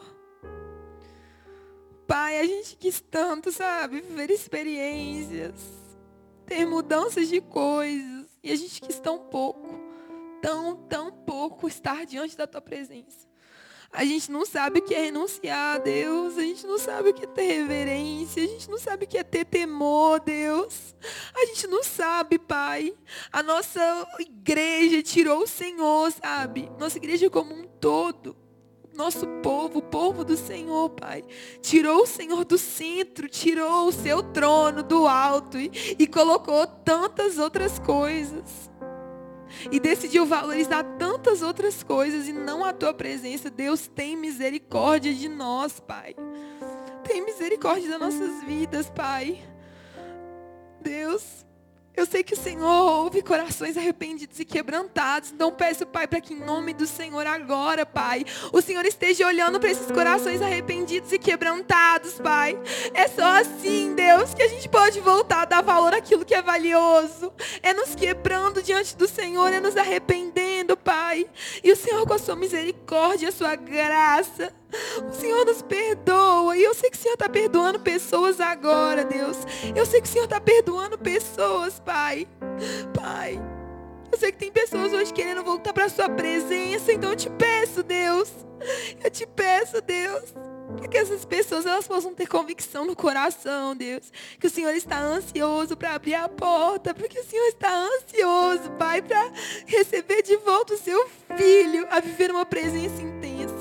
Pai, a gente quis tanto, sabe, viver experiências, ter mudanças de coisas, e a gente quis tão pouco, tão, tão pouco estar diante da Tua presença. A gente não sabe o que é renunciar a Deus. A gente não sabe o que é ter reverência. A gente não sabe o que é ter temor, Deus. A gente não sabe, Pai. A nossa igreja tirou o Senhor, sabe? Nossa igreja como um todo. Nosso povo, o povo do Senhor, Pai. Tirou o Senhor do centro. Tirou o seu trono do alto. E, e colocou tantas outras coisas. E decidiu valorizar tantas outras coisas e não a Tua presença. Deus, tem misericórdia de nós, Pai. Tem misericórdia das nossas vidas, Pai. Deus, eu sei que o Senhor ouve corações arrependidos e quebrantados. Então peço, Pai, para que em nome do Senhor agora, Pai, o Senhor esteja olhando para esses corações arrependidos e quebrantados, Pai. É só assim, Deus, que a gente pode voltar a dar valor àquilo que é valioso. É nos quebrando diante do Senhor, é nos arrependendo, Pai. E o Senhor, com a sua misericórdia, a sua graça, o Senhor nos perdoa. E eu sei que o Senhor está perdoando pessoas agora, Deus. Eu sei que o Senhor está perdoando pessoas, Pai. Pai, eu sei que tem pessoas hoje querendo voltar para a sua presença. Então eu te peço, Deus. Eu te peço, Deus, para que essas pessoas elas possam ter convicção no coração, Deus. Que o Senhor está ansioso para abrir a porta. Porque o Senhor está ansioso, Pai, para receber de volta o seu filho a viver uma presença intensa.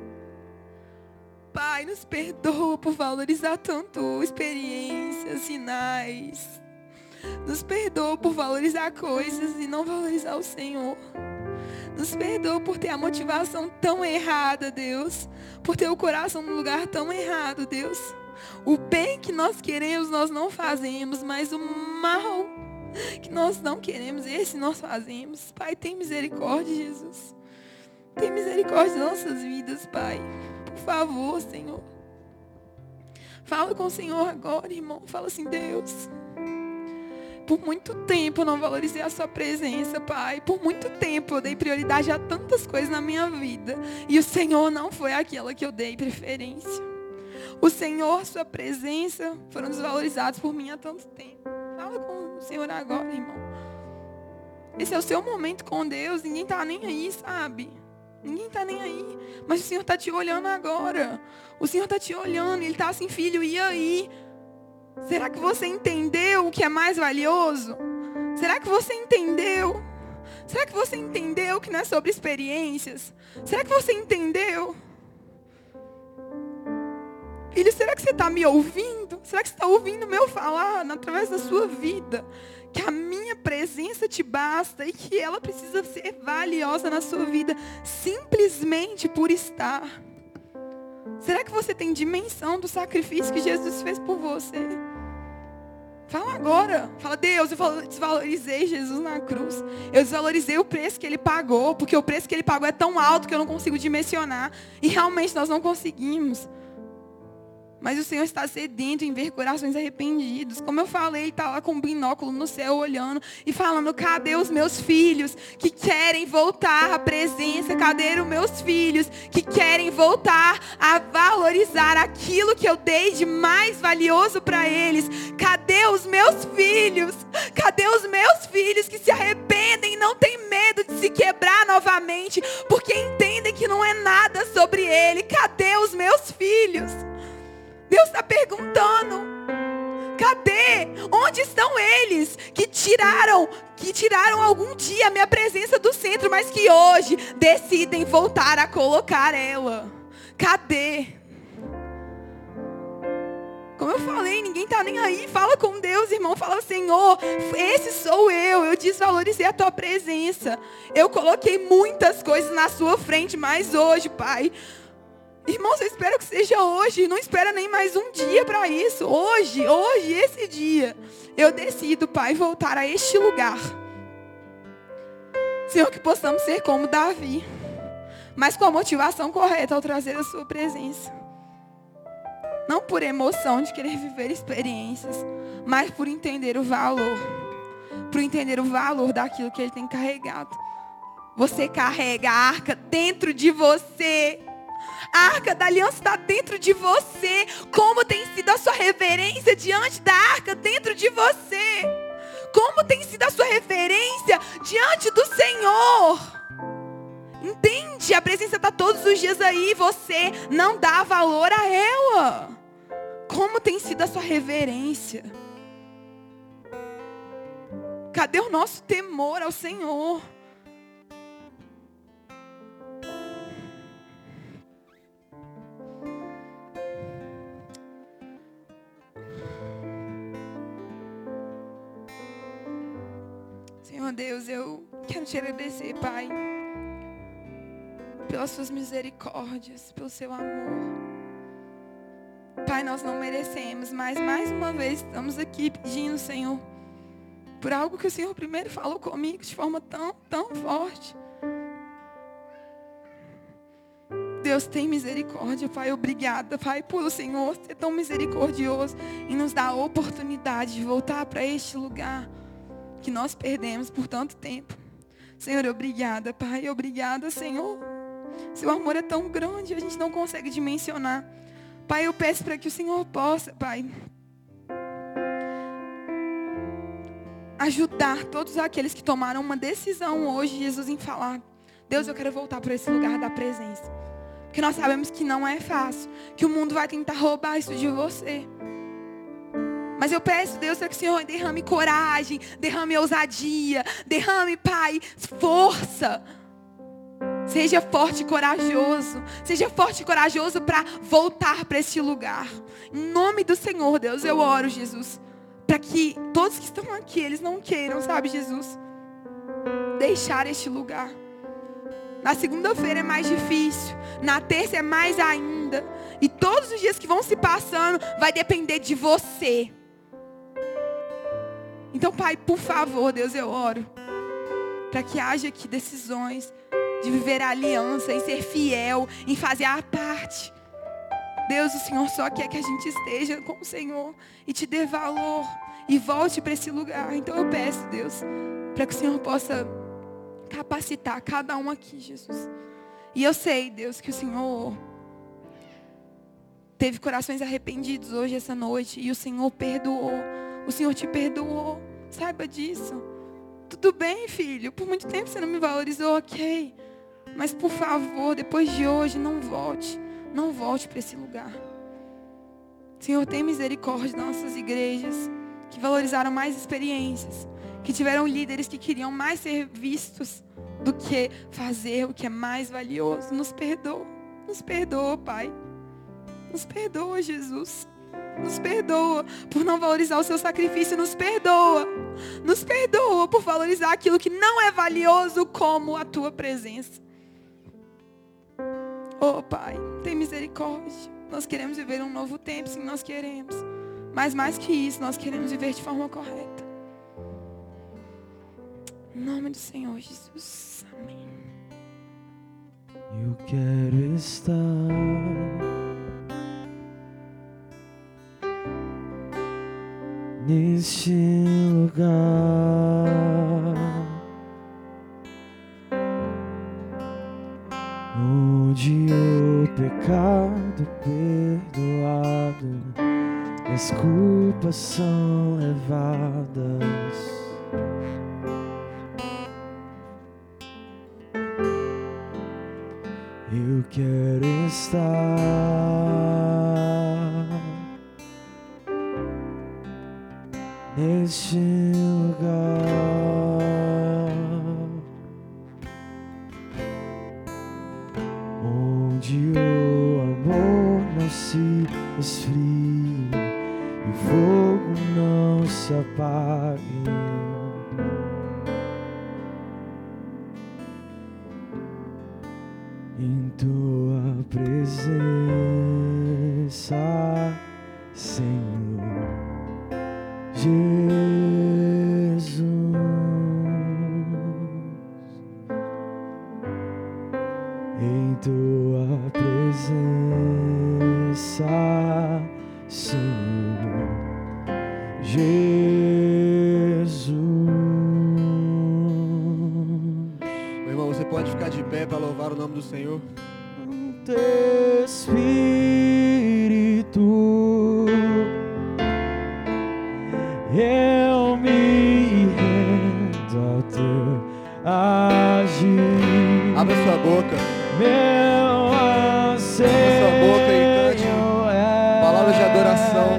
Pai, nos perdoa por valorizar tanto experiências, sinais. Nos perdoa por valorizar coisas e não valorizar o Senhor. Nos perdoa por ter a motivação tão errada, Deus. Por ter o coração no lugar tão errado, Deus. O bem que nós queremos, nós não fazemos, mas o mal que nós não queremos, esse nós fazemos. Pai, tem misericórdia, Jesus. Tem misericórdia das nossas vidas, Pai. Por favor, Senhor. Fala com o Senhor agora, irmão. Fala assim, Deus. Por muito tempo eu não valorizei a sua presença, Pai. Por muito tempo eu dei prioridade a tantas coisas na minha vida. E o Senhor não foi aquela que eu dei preferência. o Senhor, sua presença foram desvalorizados por mim há tanto tempo. Fala com o Senhor agora, irmão. Esse é o seu momento com Deus. Ninguém está nem aí, sabe? Ninguém está nem aí. Mas o Senhor está te olhando agora. O Senhor está te olhando. Ele está assim, filho, e aí? Será que você entendeu o que é mais valioso? Será que você entendeu? Será que você entendeu que não é sobre experiências? Será que você entendeu? Filho, será que você está me ouvindo? Será que você está ouvindo o meu falar através da sua vida? Que a minha presença te basta e que ela precisa ser valiosa na sua vida simplesmente por estar. Será que você tem dimensão do sacrifício que Jesus fez por você? Fala agora. Fala, Deus, eu desvalorizei Jesus na cruz. Eu desvalorizei o preço que Ele pagou, porque o preço que Ele pagou é tão alto que eu não consigo dimensionar. E realmente nós não conseguimos. Mas o Senhor está sedento em ver corações arrependidos. Como eu falei, Ele está lá com um binóculo no céu olhando e falando, cadê os meus filhos que querem voltar à presença? Cadê os meus filhos que querem voltar a valorizar aquilo que eu dei de mais valioso para eles? Cadê os meus filhos? Cadê os meus filhos que se arrependem e não têm medo de se quebrar novamente? Porque entendem que não é nada sobre Ele. Cadê os meus filhos? Deus está perguntando, cadê? Onde estão eles que tiraram, que tiraram algum dia a minha presença do centro, mas que hoje decidem voltar a colocar ela? Cadê? Como eu falei, ninguém está nem aí. Fala com Deus, irmão. Fala, Senhor, esse sou eu. Eu desvalorizei a tua presença. Eu coloquei muitas coisas na sua frente, mas hoje, Pai, irmãos, eu espero que seja hoje. Não espera nem mais um dia para isso. Hoje, hoje, esse dia, eu decido, Pai, voltar a este lugar. Senhor, que possamos ser como Davi, mas com a motivação correta ao trazer a sua presença. Não por emoção de querer viver experiências, mas por entender o valor. Por entender o valor daquilo que Ele tem carregado. Você carrega a arca dentro de você. A arca da aliança está dentro de você. Como tem sido a sua reverência diante da arca dentro de você? Como tem sido a sua reverência diante do Senhor? Entende? A presença está todos os dias aí. Você não dá valor a ela. Como tem sido a sua reverência? Cadê o nosso temor ao Senhor? Senhor Deus, eu quero te agradecer, Pai, pelas suas misericórdias, pelo seu amor. Pai, nós não merecemos, mas mais uma vez estamos aqui pedindo, Senhor, por algo que o Senhor primeiro falou comigo de forma tão, tão forte. Deus, tem misericórdia, Pai. Obrigada, Pai, por o Senhor ser tão misericordioso e nos dar a oportunidade de voltar para este lugar que nós perdemos por tanto tempo. Senhor, obrigada, Pai. Obrigada, Senhor. Seu amor é tão grande, a gente não consegue dimensionar. Pai, eu peço para que o Senhor possa, Pai, ajudar todos aqueles que tomaram uma decisão hoje, Jesus, em falar, Deus, eu quero voltar para esse lugar da presença. Porque nós sabemos que não é fácil, que o mundo vai tentar roubar isso de você. Mas eu peço, Deus, para que o Senhor derrame coragem, derrame ousadia, derrame, Pai, força. Seja forte e corajoso. Seja forte e corajoso para voltar para este lugar. Em nome do Senhor, Deus, eu oro, Jesus, para que todos que estão aqui, eles não queiram, sabe, Jesus, deixar este lugar. Na segunda-feira é mais difícil. Na terça é mais ainda. E todos os dias que vão se passando, vai depender de você. Então, Pai, por favor, Deus, eu oro para que haja aqui decisões de viver a aliança, em ser fiel, em fazer a parte. Deus, o Senhor só quer que a gente esteja com o Senhor e te dê valor e volte para esse lugar. Então eu peço, Deus, para que o Senhor possa capacitar cada um aqui, Jesus. E eu sei, Deus, que o Senhor teve corações arrependidos hoje, essa noite, e o Senhor perdoou. O Senhor te perdoou. Saiba disso. Tudo bem, filho. Por muito tempo você não me valorizou, ok. Mas, por favor, depois de hoje, não volte. Não volte para esse lugar. Senhor, tem misericórdia das nossas igrejas, que valorizaram mais experiências, que tiveram líderes que queriam mais ser vistos do que fazer o que é mais valioso. Nos perdoa. Nos perdoa, Pai. Nos perdoa, Jesus. Nos perdoa por não valorizar o seu sacrifício. Nos perdoa. Nos perdoa por valorizar aquilo que não é valioso como a tua presença. Oh, Pai, tem misericórdia. Nós queremos viver um novo tempo, sim, nós queremos. Mas mais que isso, nós queremos viver de forma correta. Em nome do Senhor Jesus. Amém. Eu quero estar neste lugar onde o pecado perdoado, as culpas são levadas. Eu quero estar neste lugar onde o amor não se esfrie e o fogo não se apague. Em tua presença, Senhor Jesus, em tua presença, Senhor Jesus. Meu irmão, você pode ficar de pé para louvar o nome do Senhor? Teu Espírito, eu me rendo ao teu agir. Abra sua boca. Meu anseio Abra sua boca e cante é palavras de adoração.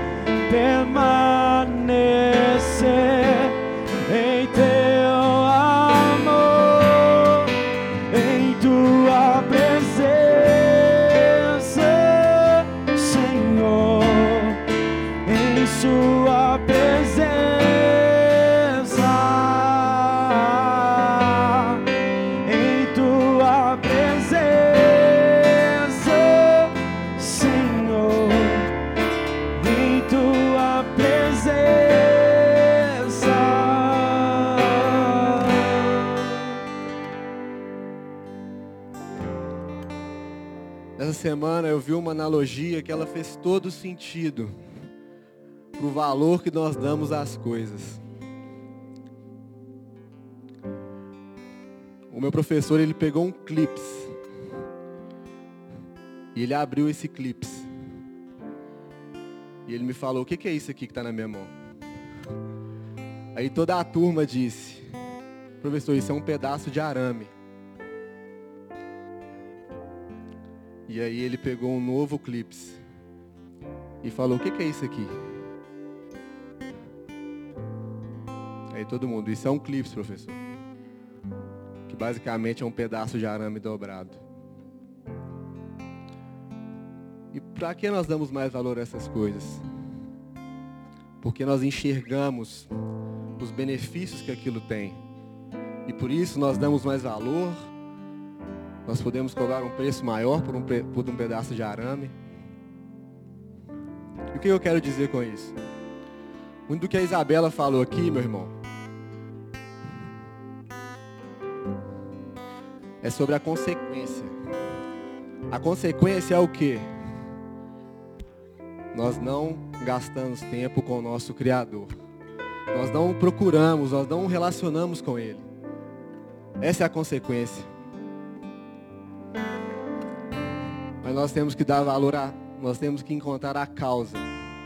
Permanecer em teu amor, em tua presença, Senhor, em sua presença, em tua presença, Senhor, em tua presença. Essa semana eu vi uma analogia que ela fez todo sentido pro valor que nós damos às coisas. O meu professor, ele pegou um clips e ele abriu esse clips e ele me falou: o que que é isso aqui que está na minha mão? Aí toda a turma disse: professor, isso é um pedaço de arame. E aí ele pegou um novo clips e falou: o que que é isso aqui? Aí todo mundo: isso é um clips, professor. Que basicamente é um pedaço de arame dobrado. E para que nós damos mais valor a essas coisas? Porque nós enxergamos os benefícios que aquilo tem. E por isso nós damos mais valor. Nós podemos cobrar um preço maior por um, por um pedaço de arame. E o que eu quero dizer com isso? Muito do que a Isabela falou aqui, meu irmão, é sobre a consequência. A consequência é o quê? Nós não gastamos tempo com o nosso Criador. Nós não procuramos, nós não relacionamos com Ele. Essa é a consequência. Mas nós temos que dar valor a nós temos que encontrar a causa.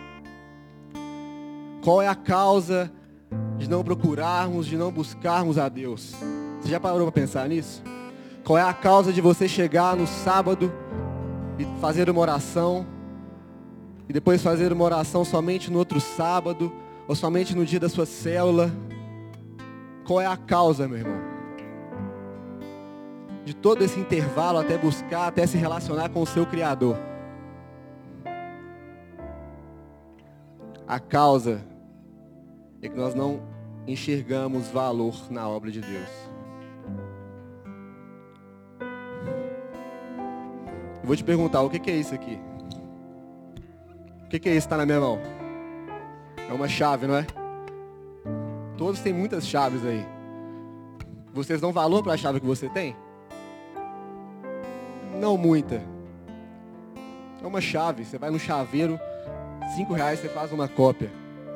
Qual é a causa de não procurarmos, de não buscarmos a Deus? Você já parou para pensar nisso? Qual é a causa de você chegar no sábado e fazer uma oração, e depois fazer uma oração somente no outro sábado, ou somente no dia da sua célula? Qual é a causa, meu irmão? De todo esse intervalo até buscar, até se relacionar com o seu Criador. A causa é que nós não enxergamos valor na obra de Deus. Eu vou te perguntar, o que é isso aqui? O que é isso que está na minha mão? É uma chave, não é? Todos têm muitas chaves aí. Vocês dão valor para a chave que você tem? Não muita. É uma chave. Você vai no chaveiro, cinco reais você faz uma cópia.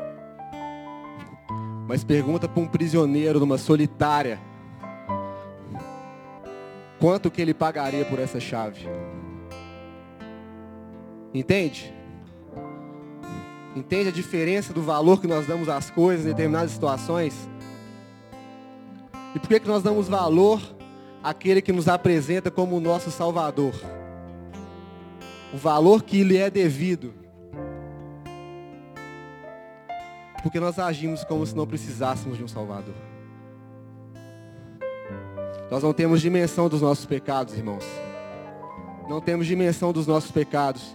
Mas pergunta para um prisioneiro numa solitária, quanto que ele pagaria por essa chave? Entende? Entende a diferença do valor que nós damos às coisas em determinadas situações? E por que que nós damos valor àquele que nos apresenta como o nosso Salvador? O valor que lhe é devido. Porque nós agimos como se não precisássemos de um Salvador. Nós não temos dimensão dos nossos pecados, irmãos. Não temos dimensão dos nossos pecados.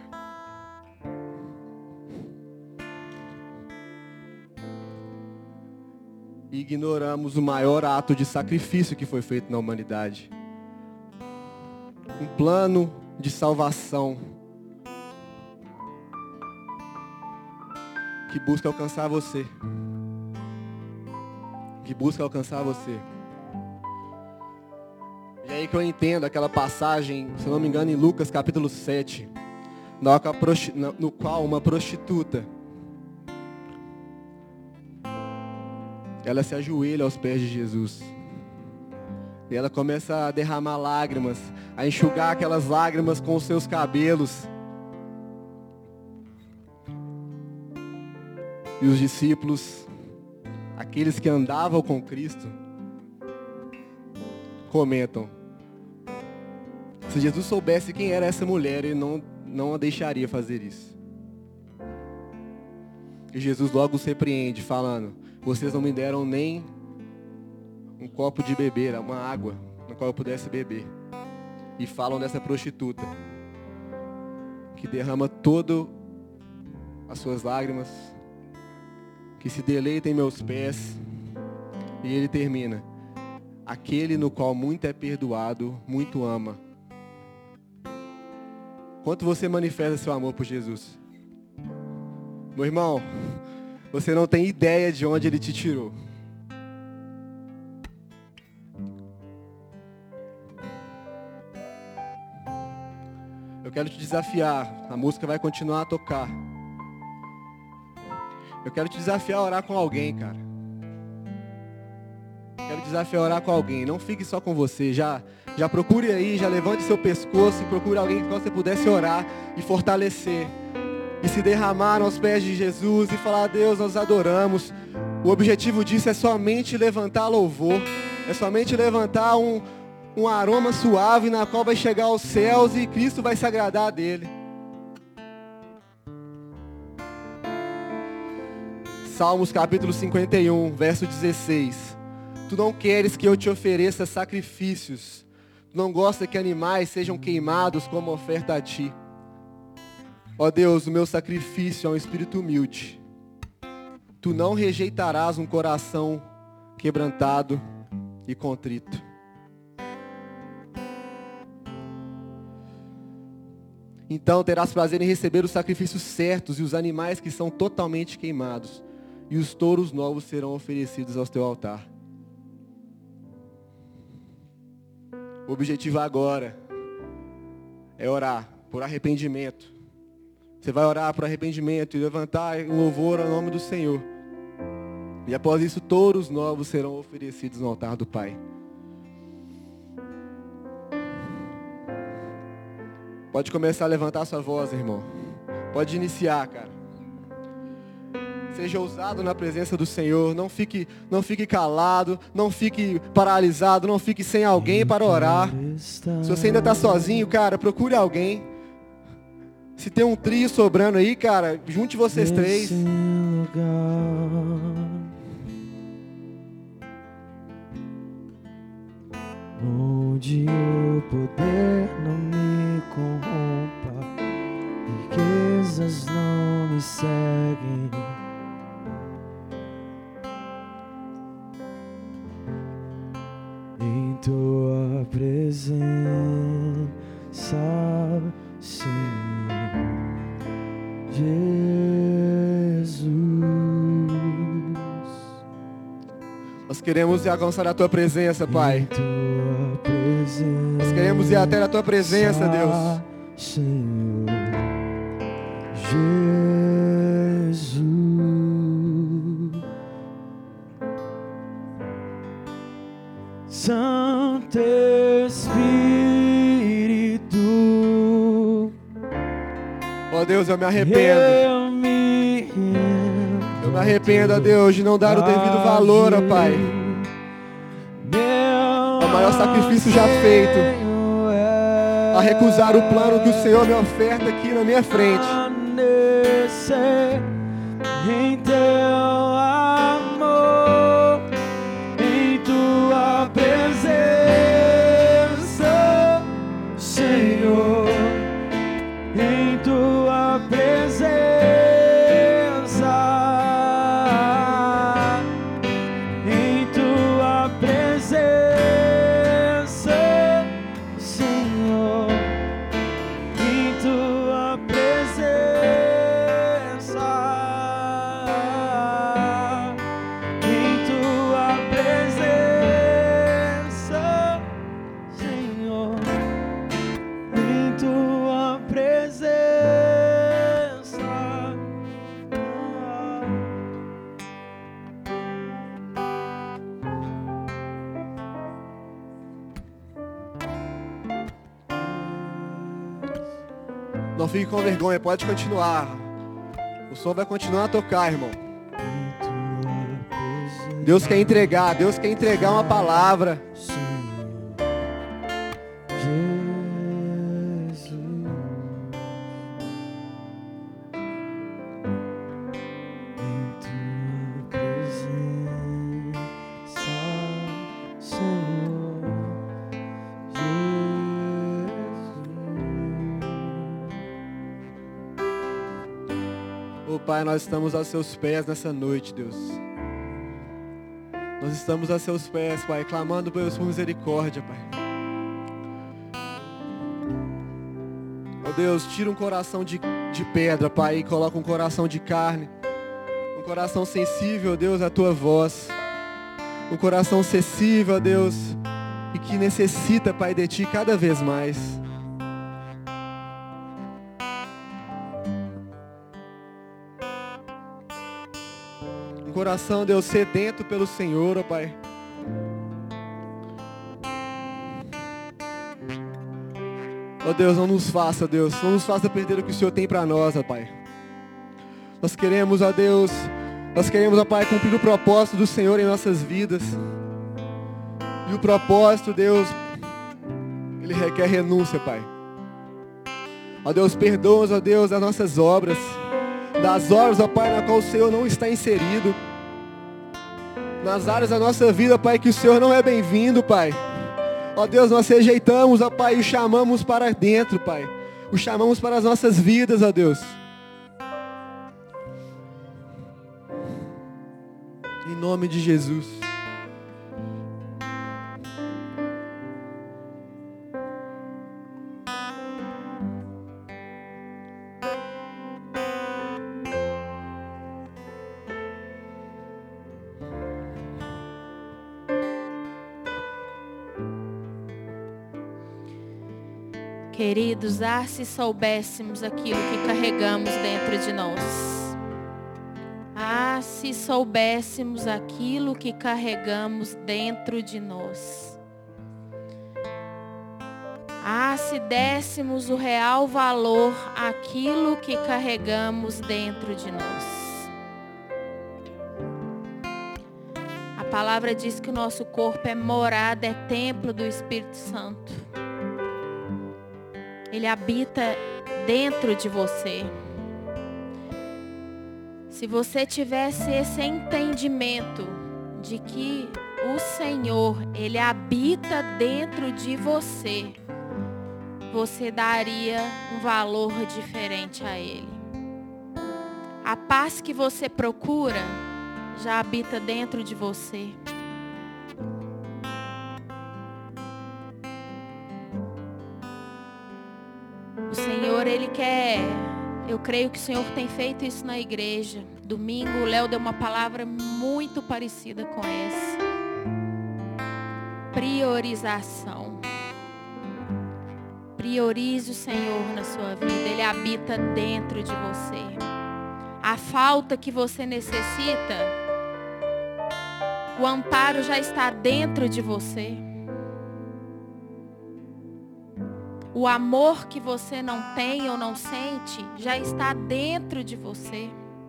E ignoramos o maior ato de sacrifício que foi feito na humanidade. Um plano de salvação que busca alcançar você. Que busca alcançar você. E aí que eu entendo aquela passagem, se não me engano, em Lucas capítulo sete, no qual uma prostituta, ela se ajoelha aos pés de Jesus. E ela começa a derramar lágrimas, a enxugar aquelas lágrimas com os seus cabelos. E os discípulos, aqueles que andavam com Cristo, comentam: se Jesus soubesse quem era essa mulher, ele não, não a deixaria fazer isso. E Jesus logo os repreende, falando: vocês não me deram nem um copo de beber, uma água no qual eu pudesse beber. E falam dessa prostituta que derrama todas as suas lágrimas, que se deleita em meus pés. E ele termina: aquele no qual muito é perdoado, muito ama. Quanto você manifesta seu amor por Jesus? Meu irmão, você não tem ideia de onde ele te tirou. Eu quero te desafiar. A música vai continuar a tocar. Eu quero te desafiar a orar com alguém, cara. Quero te desafiar a orar com alguém. Não fique só com você. Já, já procure aí, já levante seu pescoço e procure alguém que você pudesse orar e fortalecer. E se derramar aos pés de Jesus e falar: Deus, nós adoramos. O objetivo disso é somente levantar louvor. É somente levantar um, um aroma suave na qual vai chegar aos céus e Cristo vai se agradar dele. Salmos capítulo cinquenta e um, verso dezesseis. Tu não queres que eu te ofereça sacrifícios. Tu não gosta que animais sejam queimados como oferta a ti. Ó Deus, o meu sacrifício é um espírito humilde. Tu não rejeitarás um coração quebrantado e contrito. Então terás prazer em receber os sacrifícios certos e os animais que são totalmente queimados. E os touros novos serão oferecidos ao teu altar. O objetivo agora é orar por arrependimento. Você vai orar por arrependimento e levantar um louvor ao nome do Senhor. E após isso, touros novos serão oferecidos no altar do Pai. Pode começar a levantar sua voz, irmão. Pode iniciar, cara. Seja ousado na presença do Senhor. Não fique, não fique calado. Não fique paralisado. Não fique sem alguém para orar. Se você ainda está sozinho, cara, procure alguém. Se tem um trio sobrando aí, cara, junte vocês três. Onde o poder não me corrompa, riquezas não me seguem. Em tua presença, Senhor Jesus. Nós queremos ir alcançar a tua presença, Pai. Tua presença, Nós queremos ir até a tua presença, Deus. Senhor Jesus. Santo Espírito, Ó Deus, eu me arrependo. eu me rendo. Eu me arrependo, ó Deus, de não dar o devido valor, ó Pai. O maior sacrifício já feito. A recusar o plano que o Senhor me oferta aqui na minha frente. Em teu amor, em tua presença, Senhor, em tua presença, em tua presença, Senhor, em tua presença, em tua presença, Senhor, em tua presença. Não fique com vergonha, pode continuar. O som vai continuar a tocar, irmão. Deus quer entregar, Deus quer entregar uma palavra. Ô Pai, nós estamos aos seus pés nessa noite, Deus. Nós estamos a seus pés, Pai, clamando por misericórdia, Pai. Ó Deus, tira um coração de, de pedra, Pai, e coloca um coração de carne. Um coração sensível, Deus, à tua voz. Um coração sensível, Deus, e que necessita, Pai, de ti cada vez mais. Coração, Deus, sedento pelo Senhor, ó Pai. Ó Deus, não nos faça, Deus, não nos faça perder o que o Senhor tem para nós, ó Pai. Nós queremos, ó Deus, nós queremos, ó Pai, cumprir o propósito do Senhor em nossas vidas. E o propósito, Deus, ele requer renúncia, Pai. Ó Deus, perdoa-nos, ó Deus, das nossas obras. Das obras, ó Pai, na qual o Senhor não está inserido. Nas áreas da nossa vida, Pai, que o Senhor não é bem-vindo, Pai. Ó Deus, nós rejeitamos, ó Pai, e o chamamos para dentro, Pai. O chamamos para as nossas vidas, ó Deus. Em nome de Jesus. Queridos, ah, se soubéssemos aquilo que carregamos dentro de nós. Ah, se soubéssemos aquilo que carregamos dentro de nós. Ah, Ah, se dessemos o real valor àquilo que carregamos dentro de nós. A palavra diz que o nosso corpo é morada, é templo do Espírito Santo. Ele habita dentro de você. Se você tivesse esse entendimento de que o Senhor, Ele habita dentro de você, você daria um valor diferente a Ele. A paz que você procura já habita dentro de você. O Senhor, Ele quer, eu creio que o Senhor tem feito isso na igreja. Domingo o Léo deu uma palavra muito parecida com essa. Priorização. Priorize o Senhor na sua vida. Ele habita dentro de você. A falta que você necessita, o amparo já está dentro de você. O amor que você não tem ou não sente já está dentro de você.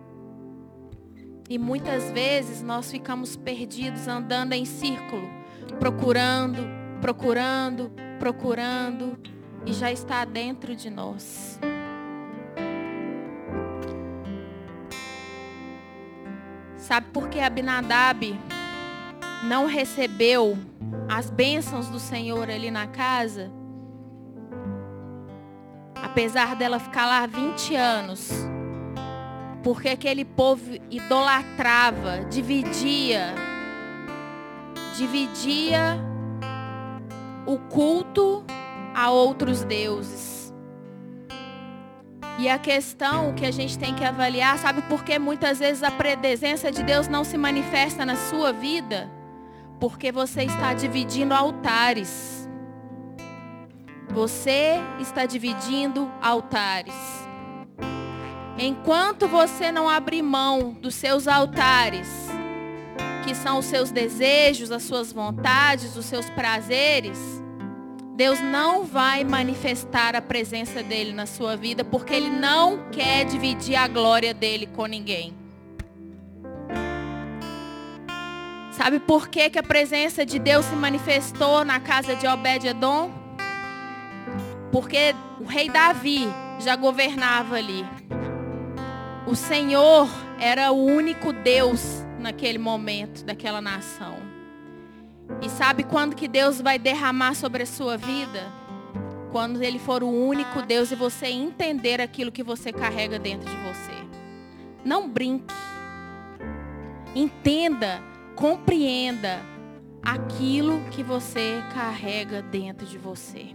E muitas vezes nós ficamos perdidos andando em círculo, procurando, procurando, procurando, e já está dentro de nós. Sabe por que Abinadab não recebeu as bênçãos do Senhor ali na casa? Apesar dela ficar lá vinte anos, porque aquele povo idolatrava, dividia, dividia o culto a outros deuses. E a questão que a gente tem que avaliar, sabe por que muitas vezes a presença de Deus não se manifesta na sua vida? Porque você está dividindo altares. Você está dividindo altares. Enquanto você não abrir mão dos seus altares, que são os seus desejos, as suas vontades, os seus prazeres, Deus não vai manifestar a presença dele na sua vida, porque ele não quer dividir a glória dele com ninguém. Sabe por que que a presença de Deus se manifestou na casa de Obed-edom? Porque o rei Davi já governava ali. O Senhor era o único Deus naquele momento daquela nação. E sabe quando que Deus vai derramar sobre a sua vida? Quando Ele for o único Deus e você entender aquilo que você carrega dentro de você. Não brinque. Entenda, compreenda aquilo que você carrega dentro de você.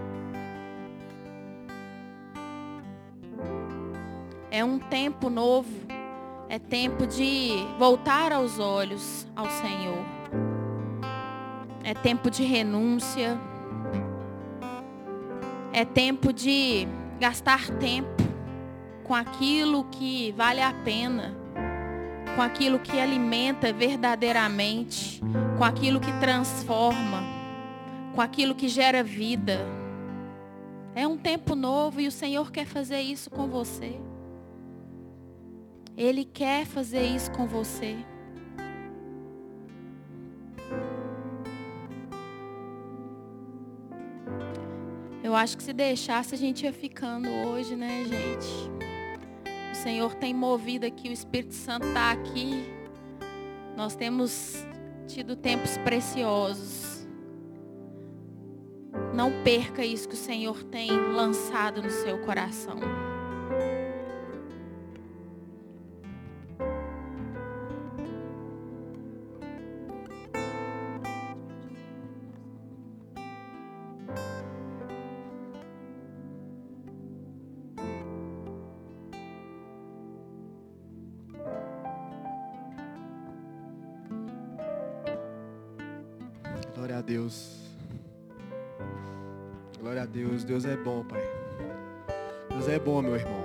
É um tempo novo, é tempo de voltar aos olhos ao Senhor. É tempo de renúncia. É tempo de gastar tempo com aquilo que vale a pena, com aquilo que alimenta verdadeiramente, com aquilo que transforma, com aquilo que gera vida. É um tempo novo e o Senhor quer fazer isso com você. Ele quer fazer isso com você. Eu acho que se deixasse a gente ia ficando hoje, né, gente? O Senhor tem movido aqui, o Espírito Santo está aqui. Nós temos tido tempos preciosos. Não perca isso que o Senhor tem lançado no seu coração. Glória a Deus. Glória a Deus. Deus é bom, Pai. Deus é bom, meu irmão.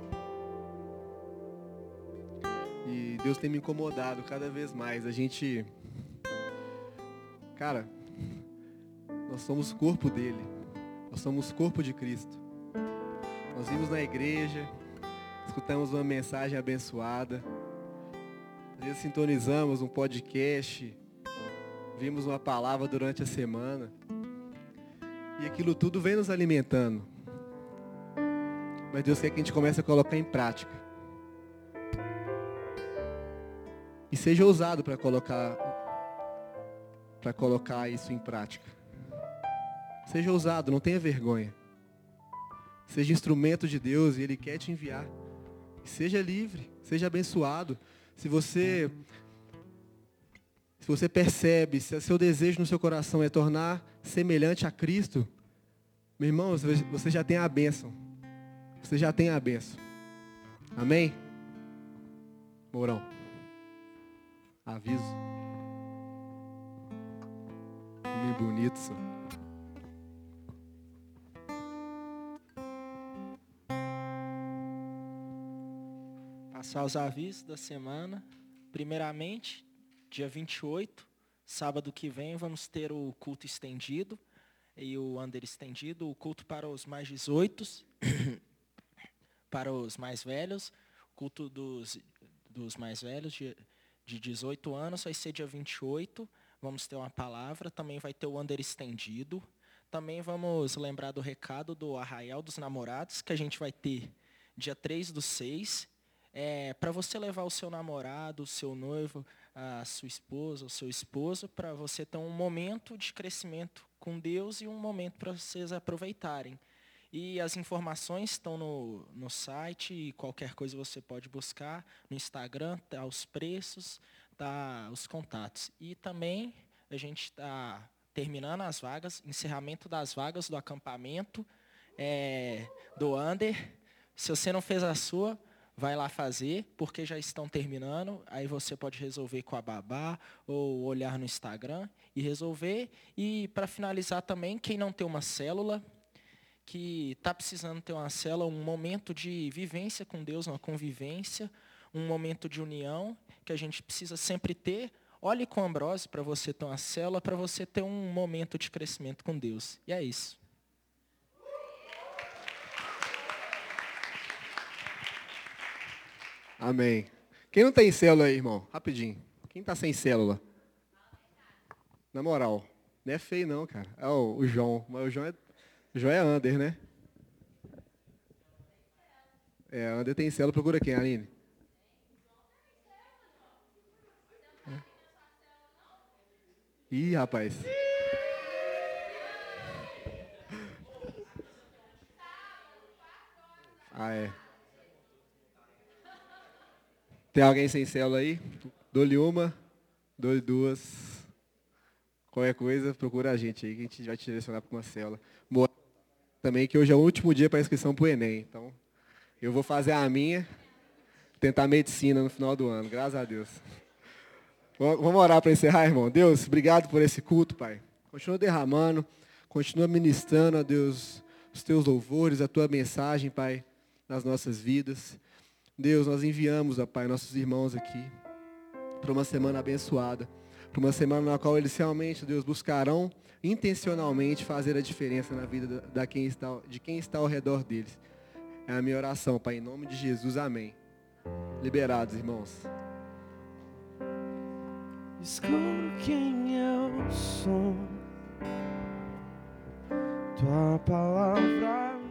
E Deus tem me incomodado cada vez mais. A gente... Cara, nós somos corpo dele. Nós somos corpo de Cristo. Nós vimos na igreja, escutamos uma mensagem abençoada. Às vezes sintonizamos um podcast, vimos uma palavra durante a semana. E aquilo tudo vem nos alimentando. Mas Deus quer que a gente comece a colocar em prática. E seja ousado para colocar, para colocar isso em prática. Seja ousado, não tenha vergonha. Seja instrumento de Deus e Ele quer te enviar. E seja livre, seja abençoado. Se você, se você percebe, se o seu desejo no seu coração é tornar semelhante a Cristo, meu irmão, você já tem a bênção. Você já tem a bênção. Amém? Mourão. Aviso. Homem bonito, senhor. Passar os avisos da semana. Primeiramente, dia vinte e oito, sábado que vem, vamos ter o culto estendido e o under estendido, o culto para os mais dezoito, para os mais velhos, o culto dos, dos mais velhos de, de dezoito anos vai ser dia vinte e oito, vamos ter uma palavra, também vai ter o under estendido, também vamos lembrar do recado do Arraial dos Namorados, que a gente vai ter dia três do seis, É, para você levar o seu namorado, o seu noivo, a sua esposa, o seu esposo, para você ter um momento de crescimento com Deus e um momento para vocês aproveitarem. E as informações estão no, no site, e qualquer coisa você pode buscar no Instagram, tá os preços, tá os contatos. E também a gente está terminando as vagas, encerramento das vagas do acampamento, é, do Under. Se você não fez a sua, vai lá fazer, porque já estão terminando. Aí você pode resolver com a babá ou olhar no Instagram e resolver. E para finalizar também, quem não tem uma célula, que está precisando ter uma célula, um momento de vivência com Deus, uma convivência, um momento de união, que a gente precisa sempre ter. Olhe com a Ambrose para você ter uma célula, para você ter um momento de crescimento com Deus. E é isso. Amém. Quem não tem célula aí, irmão? Rapidinho. Quem tá sem célula? Na moral. Não é feio não, cara. É o, o João. Mas o João é, o João é under, né? É, under tem célula. Procura quem, Aline? É. Ih, rapaz. Ah, é. Tem alguém sem célula aí? Dou-lhe uma, dou-lhe duas. Qualquer coisa, procura a gente aí, que a gente vai te direcionar para uma célula. Boa. Também que hoje é o último dia para inscrição para o Enem. Então, eu vou fazer a minha, tentar medicina no final do ano, graças a Deus. Vamos orar para encerrar, irmão? Deus, obrigado por esse culto, Pai. Continua derramando, continua ministrando, ó Deus, os teus louvores, a tua mensagem, Pai, nas nossas vidas. Deus, nós enviamos, ó Pai, nossos irmãos aqui para uma semana abençoada, para uma semana na qual eles realmente, Deus, buscarão intencionalmente fazer a diferença na vida da quem está, de quem está ao redor deles. É a minha oração, Pai, em nome de Jesus, amém. Liberados, irmãos. Descubro quem eu sou, tua palavra